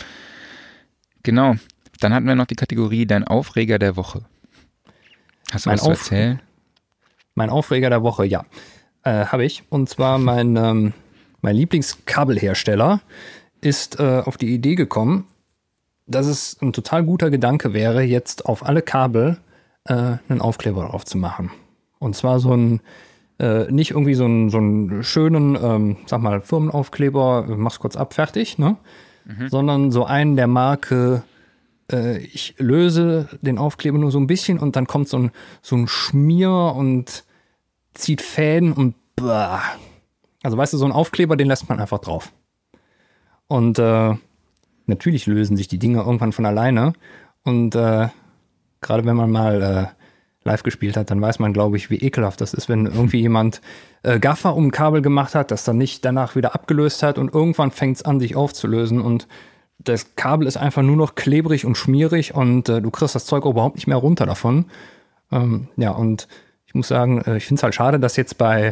S1: Genau. Dann hatten wir noch die Kategorie Dein Aufreger der Woche. Hast du was zu erzählen?
S2: Mein Aufreger der Woche, ja. Habe ich. Und zwar mein Lieblingskabelhersteller ist auf die Idee gekommen, dass es ein total guter Gedanke wäre, jetzt auf alle Kabel einen Aufkleber drauf zu machen. Und zwar so ein, nicht irgendwie so einen schönen, sag mal, Firmenaufkleber, mach's kurz ab, fertig, ne? Sondern so einen der Marke, ich löse den Aufkleber nur so ein bisschen und dann kommt so ein Schmier und zieht Fäden und bah. Also weißt du, so ein Aufkleber, den lässt man einfach drauf. Und natürlich lösen sich die Dinge irgendwann von alleine. Und gerade wenn man mal live gespielt hat, dann weiß man, glaube ich, wie ekelhaft das ist, wenn irgendwie jemand Gaffer um ein Kabel gemacht hat, das dann nicht danach wieder abgelöst hat und irgendwann fängt es an, sich aufzulösen und das Kabel ist einfach nur noch klebrig und schmierig und du kriegst das Zeug überhaupt nicht mehr runter davon. Ja, und ich muss sagen, ich finde es halt schade, dass jetzt bei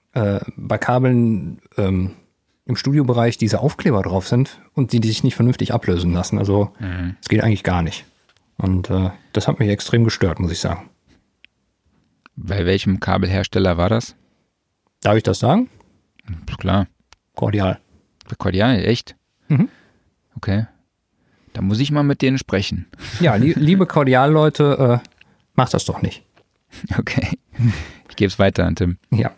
S2: Kabeln im Studiobereich diese Aufkleber drauf sind und die sich nicht vernünftig ablösen lassen. Also es geht eigentlich gar nicht. Und das hat mich extrem gestört, muss ich sagen.
S1: Bei welchem Kabelhersteller war das?
S2: Darf ich das sagen?
S1: Klar.
S2: Cordial.
S1: Cordial, echt?
S2: Mhm.
S1: Okay. Da muss ich mal mit denen sprechen.
S2: Ja, liebe Cordial-Leute, macht das doch nicht.
S1: Okay. Ich gebe es weiter an Tim.
S2: Ja.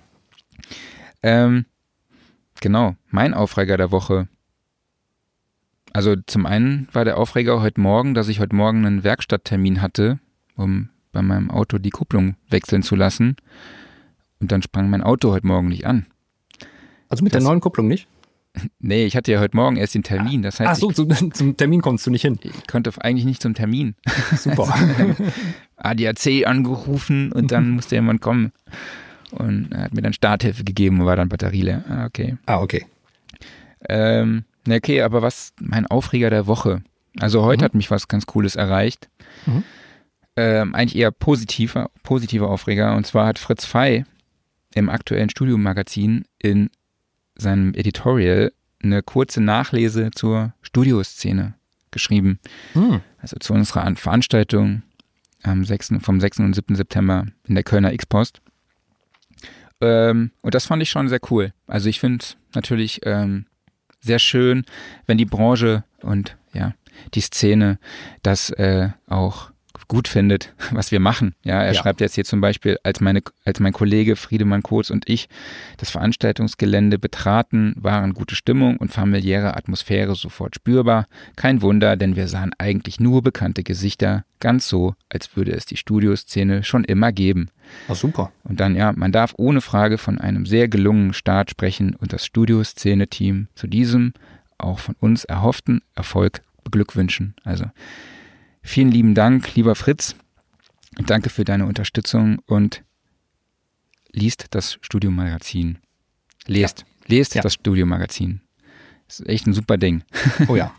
S1: Genau, mein Aufreger der Woche. Also zum einen war der Aufreger heute Morgen, dass ich heute Morgen einen Werkstatttermin hatte, um bei meinem Auto die Kupplung wechseln zu lassen. und dann sprang mein Auto heute Morgen nicht an.
S2: Also mit der neuen Kupplung nicht?
S1: Nee, ich hatte ja heute Morgen erst den Termin. Das heißt,
S2: zum Termin kommst du nicht hin.
S1: Ich konnte eigentlich nicht zum Termin.
S2: Super.
S1: ADAC angerufen und dann musste jemand kommen. Und er hat mir dann Starthilfe gegeben und war dann Batterie leer. Okay.
S2: Okay.
S1: Okay, aber was mein Aufreger der Woche? Also heute hat mich was ganz Cooles erreicht. Eigentlich eher positiver Aufreger. Und zwar hat Fritz Fey im aktuellen Studiomagazin in seinem Editorial eine kurze Nachlese zur Studioszene geschrieben. Also zu unserer Veranstaltung vom 6. und 7. September in der Kölner X-Post. Und das fand ich schon sehr cool. Also ich finde es natürlich sehr schön, wenn die Branche und ja, die Szene das auch gut findet, was wir machen. Ja, er schreibt jetzt hier zum Beispiel, als mein Kollege Friedemann Kotz und ich das Veranstaltungsgelände betraten, waren gute Stimmung und familiäre Atmosphäre sofort spürbar. Kein Wunder, denn wir sahen eigentlich nur bekannte Gesichter, ganz so, als würde es die Studioszene schon immer geben.
S2: Ach, super.
S1: Und dann, ja, man darf ohne Frage von einem sehr gelungenen Start sprechen und das Studioszene-Team zu diesem auch von uns erhofften Erfolg beglückwünschen. Also vielen lieben Dank, lieber Fritz. Danke für deine Unterstützung und liest das Studiomagazin. Lest das Studiomagazin. Das ist echt ein super Ding.
S2: Oh ja.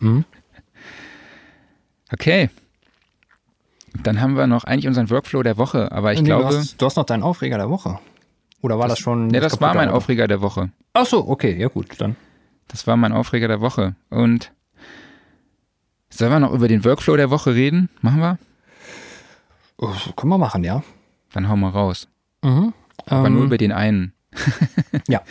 S1: Okay. Dann haben wir noch eigentlich unseren Workflow der Woche, aber ich glaube...
S2: Du hast noch deinen Aufreger der Woche. Oder war das schon...
S1: Ne, das war mein Aufreger der Woche.
S2: Ach so, okay, ja gut, dann.
S1: Das war mein Aufreger der Woche. Und sollen wir noch über den Workflow der Woche reden? Machen wir?
S2: Können wir machen, ja.
S1: Dann hauen wir raus. Aber nur über den einen.
S2: Ja,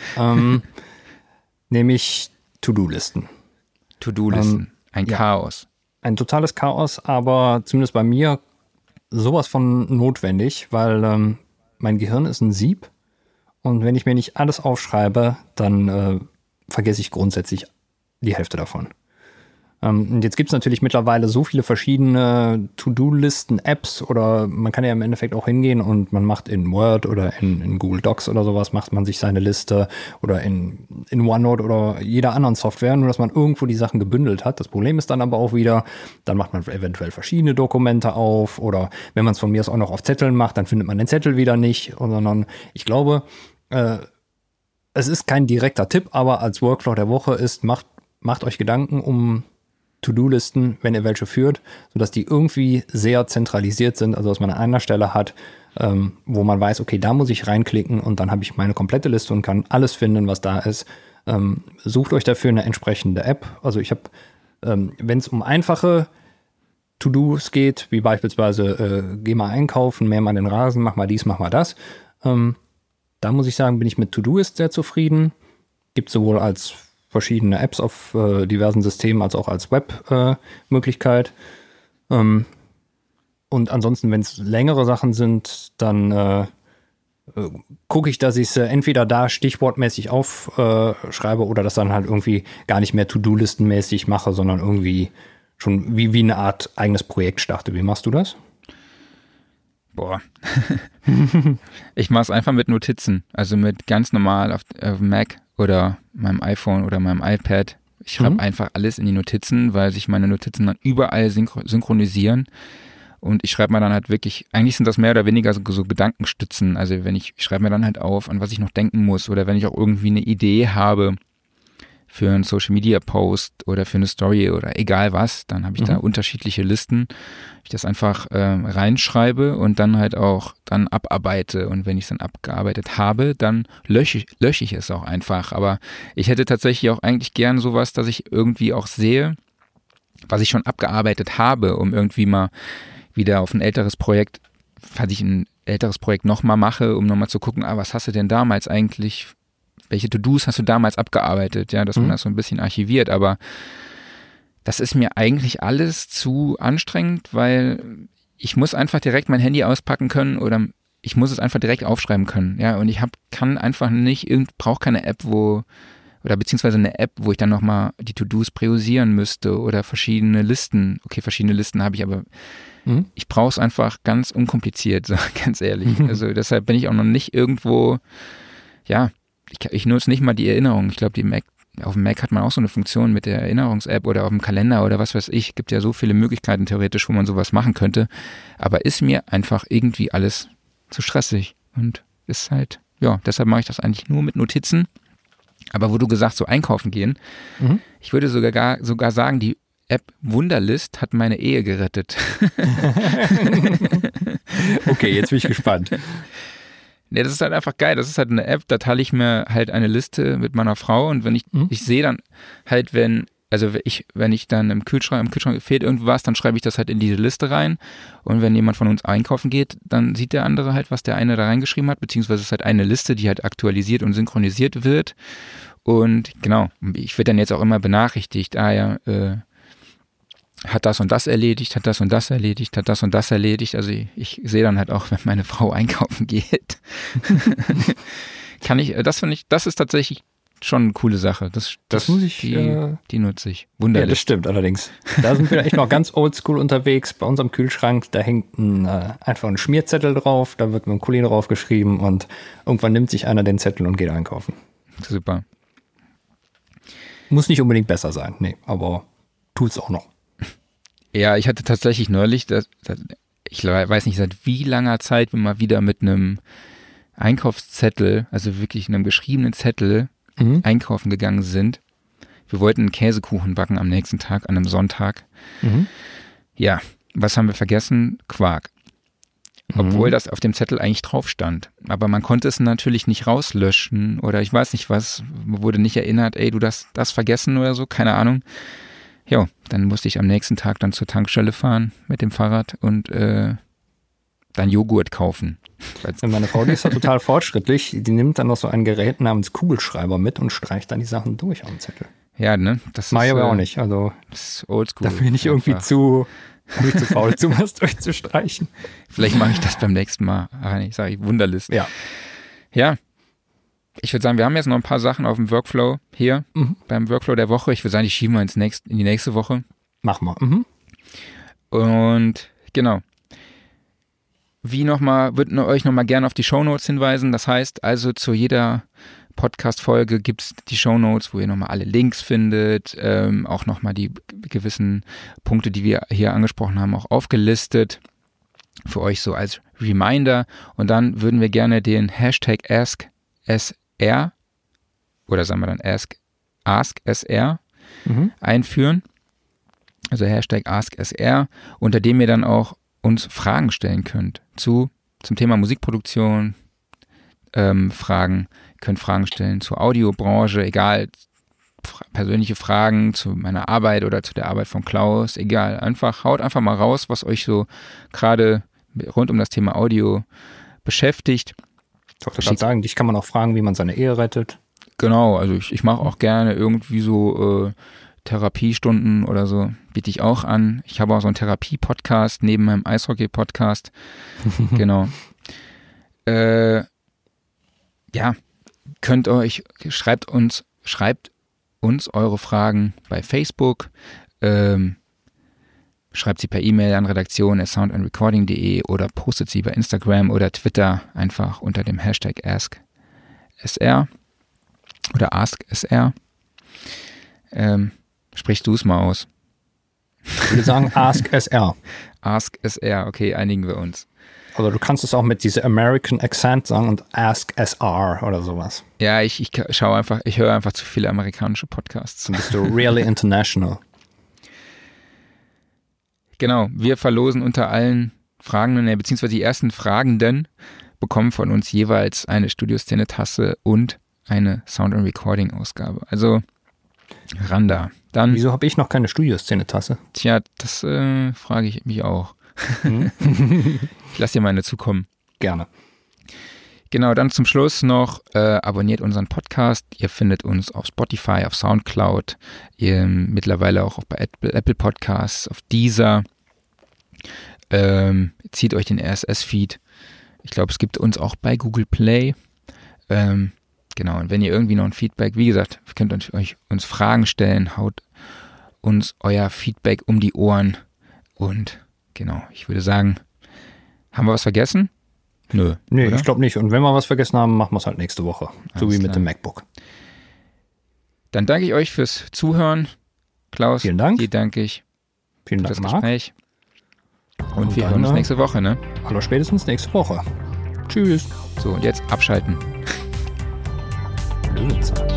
S2: nämlich To-Do-Listen.
S1: To-Do-Listen. Ein Chaos.
S2: Ein totales Chaos, aber zumindest bei mir sowas von notwendig, weil mein Gehirn ist ein Sieb und wenn ich mir nicht alles aufschreibe, dann vergesse ich grundsätzlich die Hälfte davon. Und jetzt gibt es natürlich mittlerweile so viele verschiedene To-Do-Listen-Apps oder man kann ja im Endeffekt auch hingehen und man macht in Word oder in Google Docs oder sowas, macht man sich seine Liste oder in OneNote oder jeder anderen Software, nur dass man irgendwo die Sachen gebündelt hat. Das Problem ist dann aber auch wieder, dann macht man eventuell verschiedene Dokumente auf oder wenn man es von mir aus auch noch auf Zetteln macht, dann findet man den Zettel wieder nicht, sondern ich glaube, es ist kein direkter Tipp, aber als Workflow der Woche ist, macht euch Gedanken um To-Do-Listen, wenn ihr welche führt, sodass die irgendwie sehr zentralisiert sind, also dass man an einer Stelle hat, wo man weiß, okay, da muss ich reinklicken und dann habe ich meine komplette Liste und kann alles finden, was da ist. Sucht euch dafür eine entsprechende App. Also ich habe, wenn es um einfache To-Dos geht, wie beispielsweise geh mal einkaufen, mäh mal den Rasen, mach mal dies, mach mal das, da muss ich sagen, bin ich mit To-Doist sehr zufrieden. Gibt sowohl als verschiedene Apps auf diversen Systemen als auch als Web-Möglichkeit. Und ansonsten, wenn es längere Sachen sind, dann gucke ich, dass ich es entweder da stichwortmäßig aufschreibe oder das dann halt irgendwie gar nicht mehr To-Do-Listenmäßig mache, sondern irgendwie schon wie eine Art eigenes Projekt starte. Wie machst du das?
S1: Boah. Ich mache es einfach mit Notizen, also mit ganz normal auf Mac oder meinem iPhone oder meinem iPad. Ich schreibe einfach alles in die Notizen, weil sich meine Notizen dann überall synchronisieren. Und ich schreibe mir dann halt wirklich, eigentlich sind das mehr oder weniger so Gedankenstützen. Also ich schreibe mir dann halt auf, an was ich noch denken muss oder wenn ich auch irgendwie eine Idee habe für einen Social-Media-Post oder für eine Story oder egal was, dann habe ich da unterschiedliche Listen. Ich das einfach reinschreibe und dann halt auch dann abarbeite. Und wenn ich es dann abgearbeitet habe, dann lösche ich es auch einfach. Aber ich hätte tatsächlich auch eigentlich gern sowas, dass ich irgendwie auch sehe, was ich schon abgearbeitet habe, um irgendwie mal wieder auf ein älteres Projekt, falls ich ein älteres Projekt nochmal mache, um nochmal zu gucken, was hast du denn damals eigentlich, welche To-Dos hast du damals abgearbeitet, ja, dass man das so ein bisschen archiviert, aber das ist mir eigentlich alles zu anstrengend, weil ich muss einfach direkt mein Handy auspacken können oder ich muss es einfach direkt aufschreiben können, ja, und ich kann einfach nicht, brauche keine App, beziehungsweise eine App, wo ich dann nochmal die To-Dos priorisieren müsste oder verschiedene Listen. Okay, verschiedene Listen habe ich, aber Ich brauche es einfach ganz unkompliziert, so, ganz ehrlich. Also deshalb bin ich auch noch nicht irgendwo, ja, ich nutze nicht mal die Erinnerung. Ich glaube, auf dem Mac hat man auch so eine Funktion mit der Erinnerungs-App oder auf dem Kalender oder was weiß ich. Gibt ja so viele Möglichkeiten theoretisch, wo man sowas machen könnte. Aber ist mir einfach irgendwie alles zu stressig. Und ist halt, ja, deshalb mache ich das eigentlich nur mit Notizen. Aber wo du gesagt, so einkaufen gehen, ich würde sogar sagen, die App Wunderlist hat meine Ehe gerettet.
S2: Okay, jetzt bin ich gespannt.
S1: Nee, das ist halt einfach geil. Das ist halt eine App, da teile ich mir halt eine Liste mit meiner Frau und wenn ich sehe dann halt, wenn ich dann im Kühlschrank fehlt irgendwas, dann schreibe ich das halt in diese Liste rein und wenn jemand von uns einkaufen geht, dann sieht der andere halt, was der eine da reingeschrieben hat, beziehungsweise es ist halt eine Liste, die halt aktualisiert und synchronisiert wird und genau, ich werde dann jetzt auch immer benachrichtigt, hat das und das erledigt, hat das und das erledigt, hat das und das erledigt. Also ich sehe dann halt auch, wenn meine Frau einkaufen geht. Das ist tatsächlich schon eine coole Sache. Das
S2: muss ich,
S1: die nutze ich. Wunderlich.
S2: Ja, das stimmt allerdings. Da sind wir echt noch ganz oldschool unterwegs. Bei unserem Kühlschrank, da hängt einfach ein Schmierzettel drauf, da wird mit einem Kuli drauf geschrieben und irgendwann nimmt sich einer den Zettel und geht einkaufen.
S1: Super.
S2: Muss nicht unbedingt besser sein, nee, aber tut's auch noch.
S1: Ja, ich hatte tatsächlich neulich, ich weiß nicht seit wie langer Zeit, wir mal wieder mit einem Einkaufszettel, also wirklich einem geschriebenen Zettel, einkaufen gegangen sind. Wir wollten einen Käsekuchen backen am nächsten Tag, an einem Sonntag. Ja, was haben wir vergessen? Quark. Obwohl das auf dem Zettel eigentlich drauf stand. Aber man konnte es natürlich nicht rauslöschen oder ich weiß nicht was, wurde nicht erinnert, ey, du das vergessen oder so, keine Ahnung. Ja, dann musste ich am nächsten Tag dann zur Tankstelle fahren mit dem Fahrrad und dann Joghurt kaufen.
S2: Meine Frau, die ist ja total fortschrittlich. Die nimmt dann noch so ein Gerät namens Kugelschreiber mit und streicht dann die Sachen durch auf dem Zettel.
S1: Ja, ne? Das
S2: mach ich aber auch nicht. Also,
S1: das ist oldschool.
S2: Da bin ich irgendwie zu faul, zu was durchzustreichen.
S1: Vielleicht mache ich das beim nächsten Mal. Ich sage Wunderlist.
S2: Ja.
S1: Ja. Ich würde sagen, wir haben jetzt noch ein paar Sachen auf dem Workflow hier, beim Workflow der Woche. Ich würde sagen, die schieben wir in die nächste Woche.
S2: Mach mal.
S1: Und genau. Würden euch nochmal gerne auf die Shownotes hinweisen. Das heißt also, zu jeder Podcast-Folge gibt es die Shownotes, wo ihr nochmal alle Links findet, auch nochmal die gewissen Punkte, die wir hier angesprochen haben, auch aufgelistet. Für euch so als Reminder. Und dann würden wir gerne den Hashtag AskSR oder sagen wir dann AskSR einführen. Also Hashtag AskSR, unter dem ihr dann auch uns Fragen stellen könnt zum Thema Musikproduktion, könnt Fragen stellen zur Audiobranche, egal, persönliche Fragen zu meiner Arbeit oder zu der Arbeit von Klaus, egal, haut einfach mal raus, was euch so gerade rund um das Thema Audio beschäftigt.
S2: Ich wollte gerade sagen, dich kann man auch fragen, wie man seine Ehe rettet.
S1: Genau, also ich mache auch gerne irgendwie so Therapiestunden oder so, biete ich auch an. Ich habe auch so einen Therapie-Podcast neben meinem Eishockey-Podcast. Genau. Ja, schreibt uns eure Fragen bei Facebook, schreibt sie per E-Mail an redaktion@soundandrecording.de oder postet sie bei Instagram oder Twitter einfach unter dem Hashtag AskSR oder AskSR. Sprichst du es mal aus?
S2: Ich würde sagen AskSR.
S1: AskSR, okay, einigen wir uns.
S2: Also du kannst es auch mit diesem American Accent sagen und AskSR oder sowas.
S1: Ja, ich höre einfach zu viele amerikanische Podcasts.
S2: Dann bist du really international.
S1: Genau, wir verlosen unter allen Fragenden, beziehungsweise die ersten Fragenden bekommen von uns jeweils eine Studioszene-Tasse und eine Sound- und Recording-Ausgabe. Also ran da. Dann,
S2: wieso habe ich noch keine Studioszene-Tasse?
S1: Tja, das frage ich mich auch. Ich lasse dir meine zukommen.
S2: Gerne.
S1: Genau, dann zum Schluss noch, abonniert unseren Podcast. Ihr findet uns auf Spotify, auf Soundcloud, mittlerweile auch bei Apple Podcasts, auf Deezer. Zieht euch den RSS-Feed. Ich glaube, es gibt uns auch bei Google Play. Genau, und wenn ihr irgendwie noch ein Feedback, wie gesagt, könnt ihr uns Fragen stellen, haut uns euer Feedback um die Ohren und Genau, ich würde sagen, haben wir was vergessen? Nö.
S2: Nee,
S1: oder?
S2: ich glaube nicht. Und wenn wir was vergessen haben, machen wir es halt nächste Woche. So
S1: Alles
S2: wie mit
S1: klar.
S2: dem MacBook.
S1: Dann danke ich euch fürs Zuhören. Klaus,
S2: Vielen Dank.
S1: dir danke ich
S2: Vielen
S1: für
S2: Dank,
S1: das
S2: Marc.
S1: Gespräch. Und wir
S2: dann,
S1: hören uns nächste Woche, ne?
S2: Allerspätestens nächste Woche. Tschüss.
S1: So, und jetzt abschalten.
S2: Löwenzahn.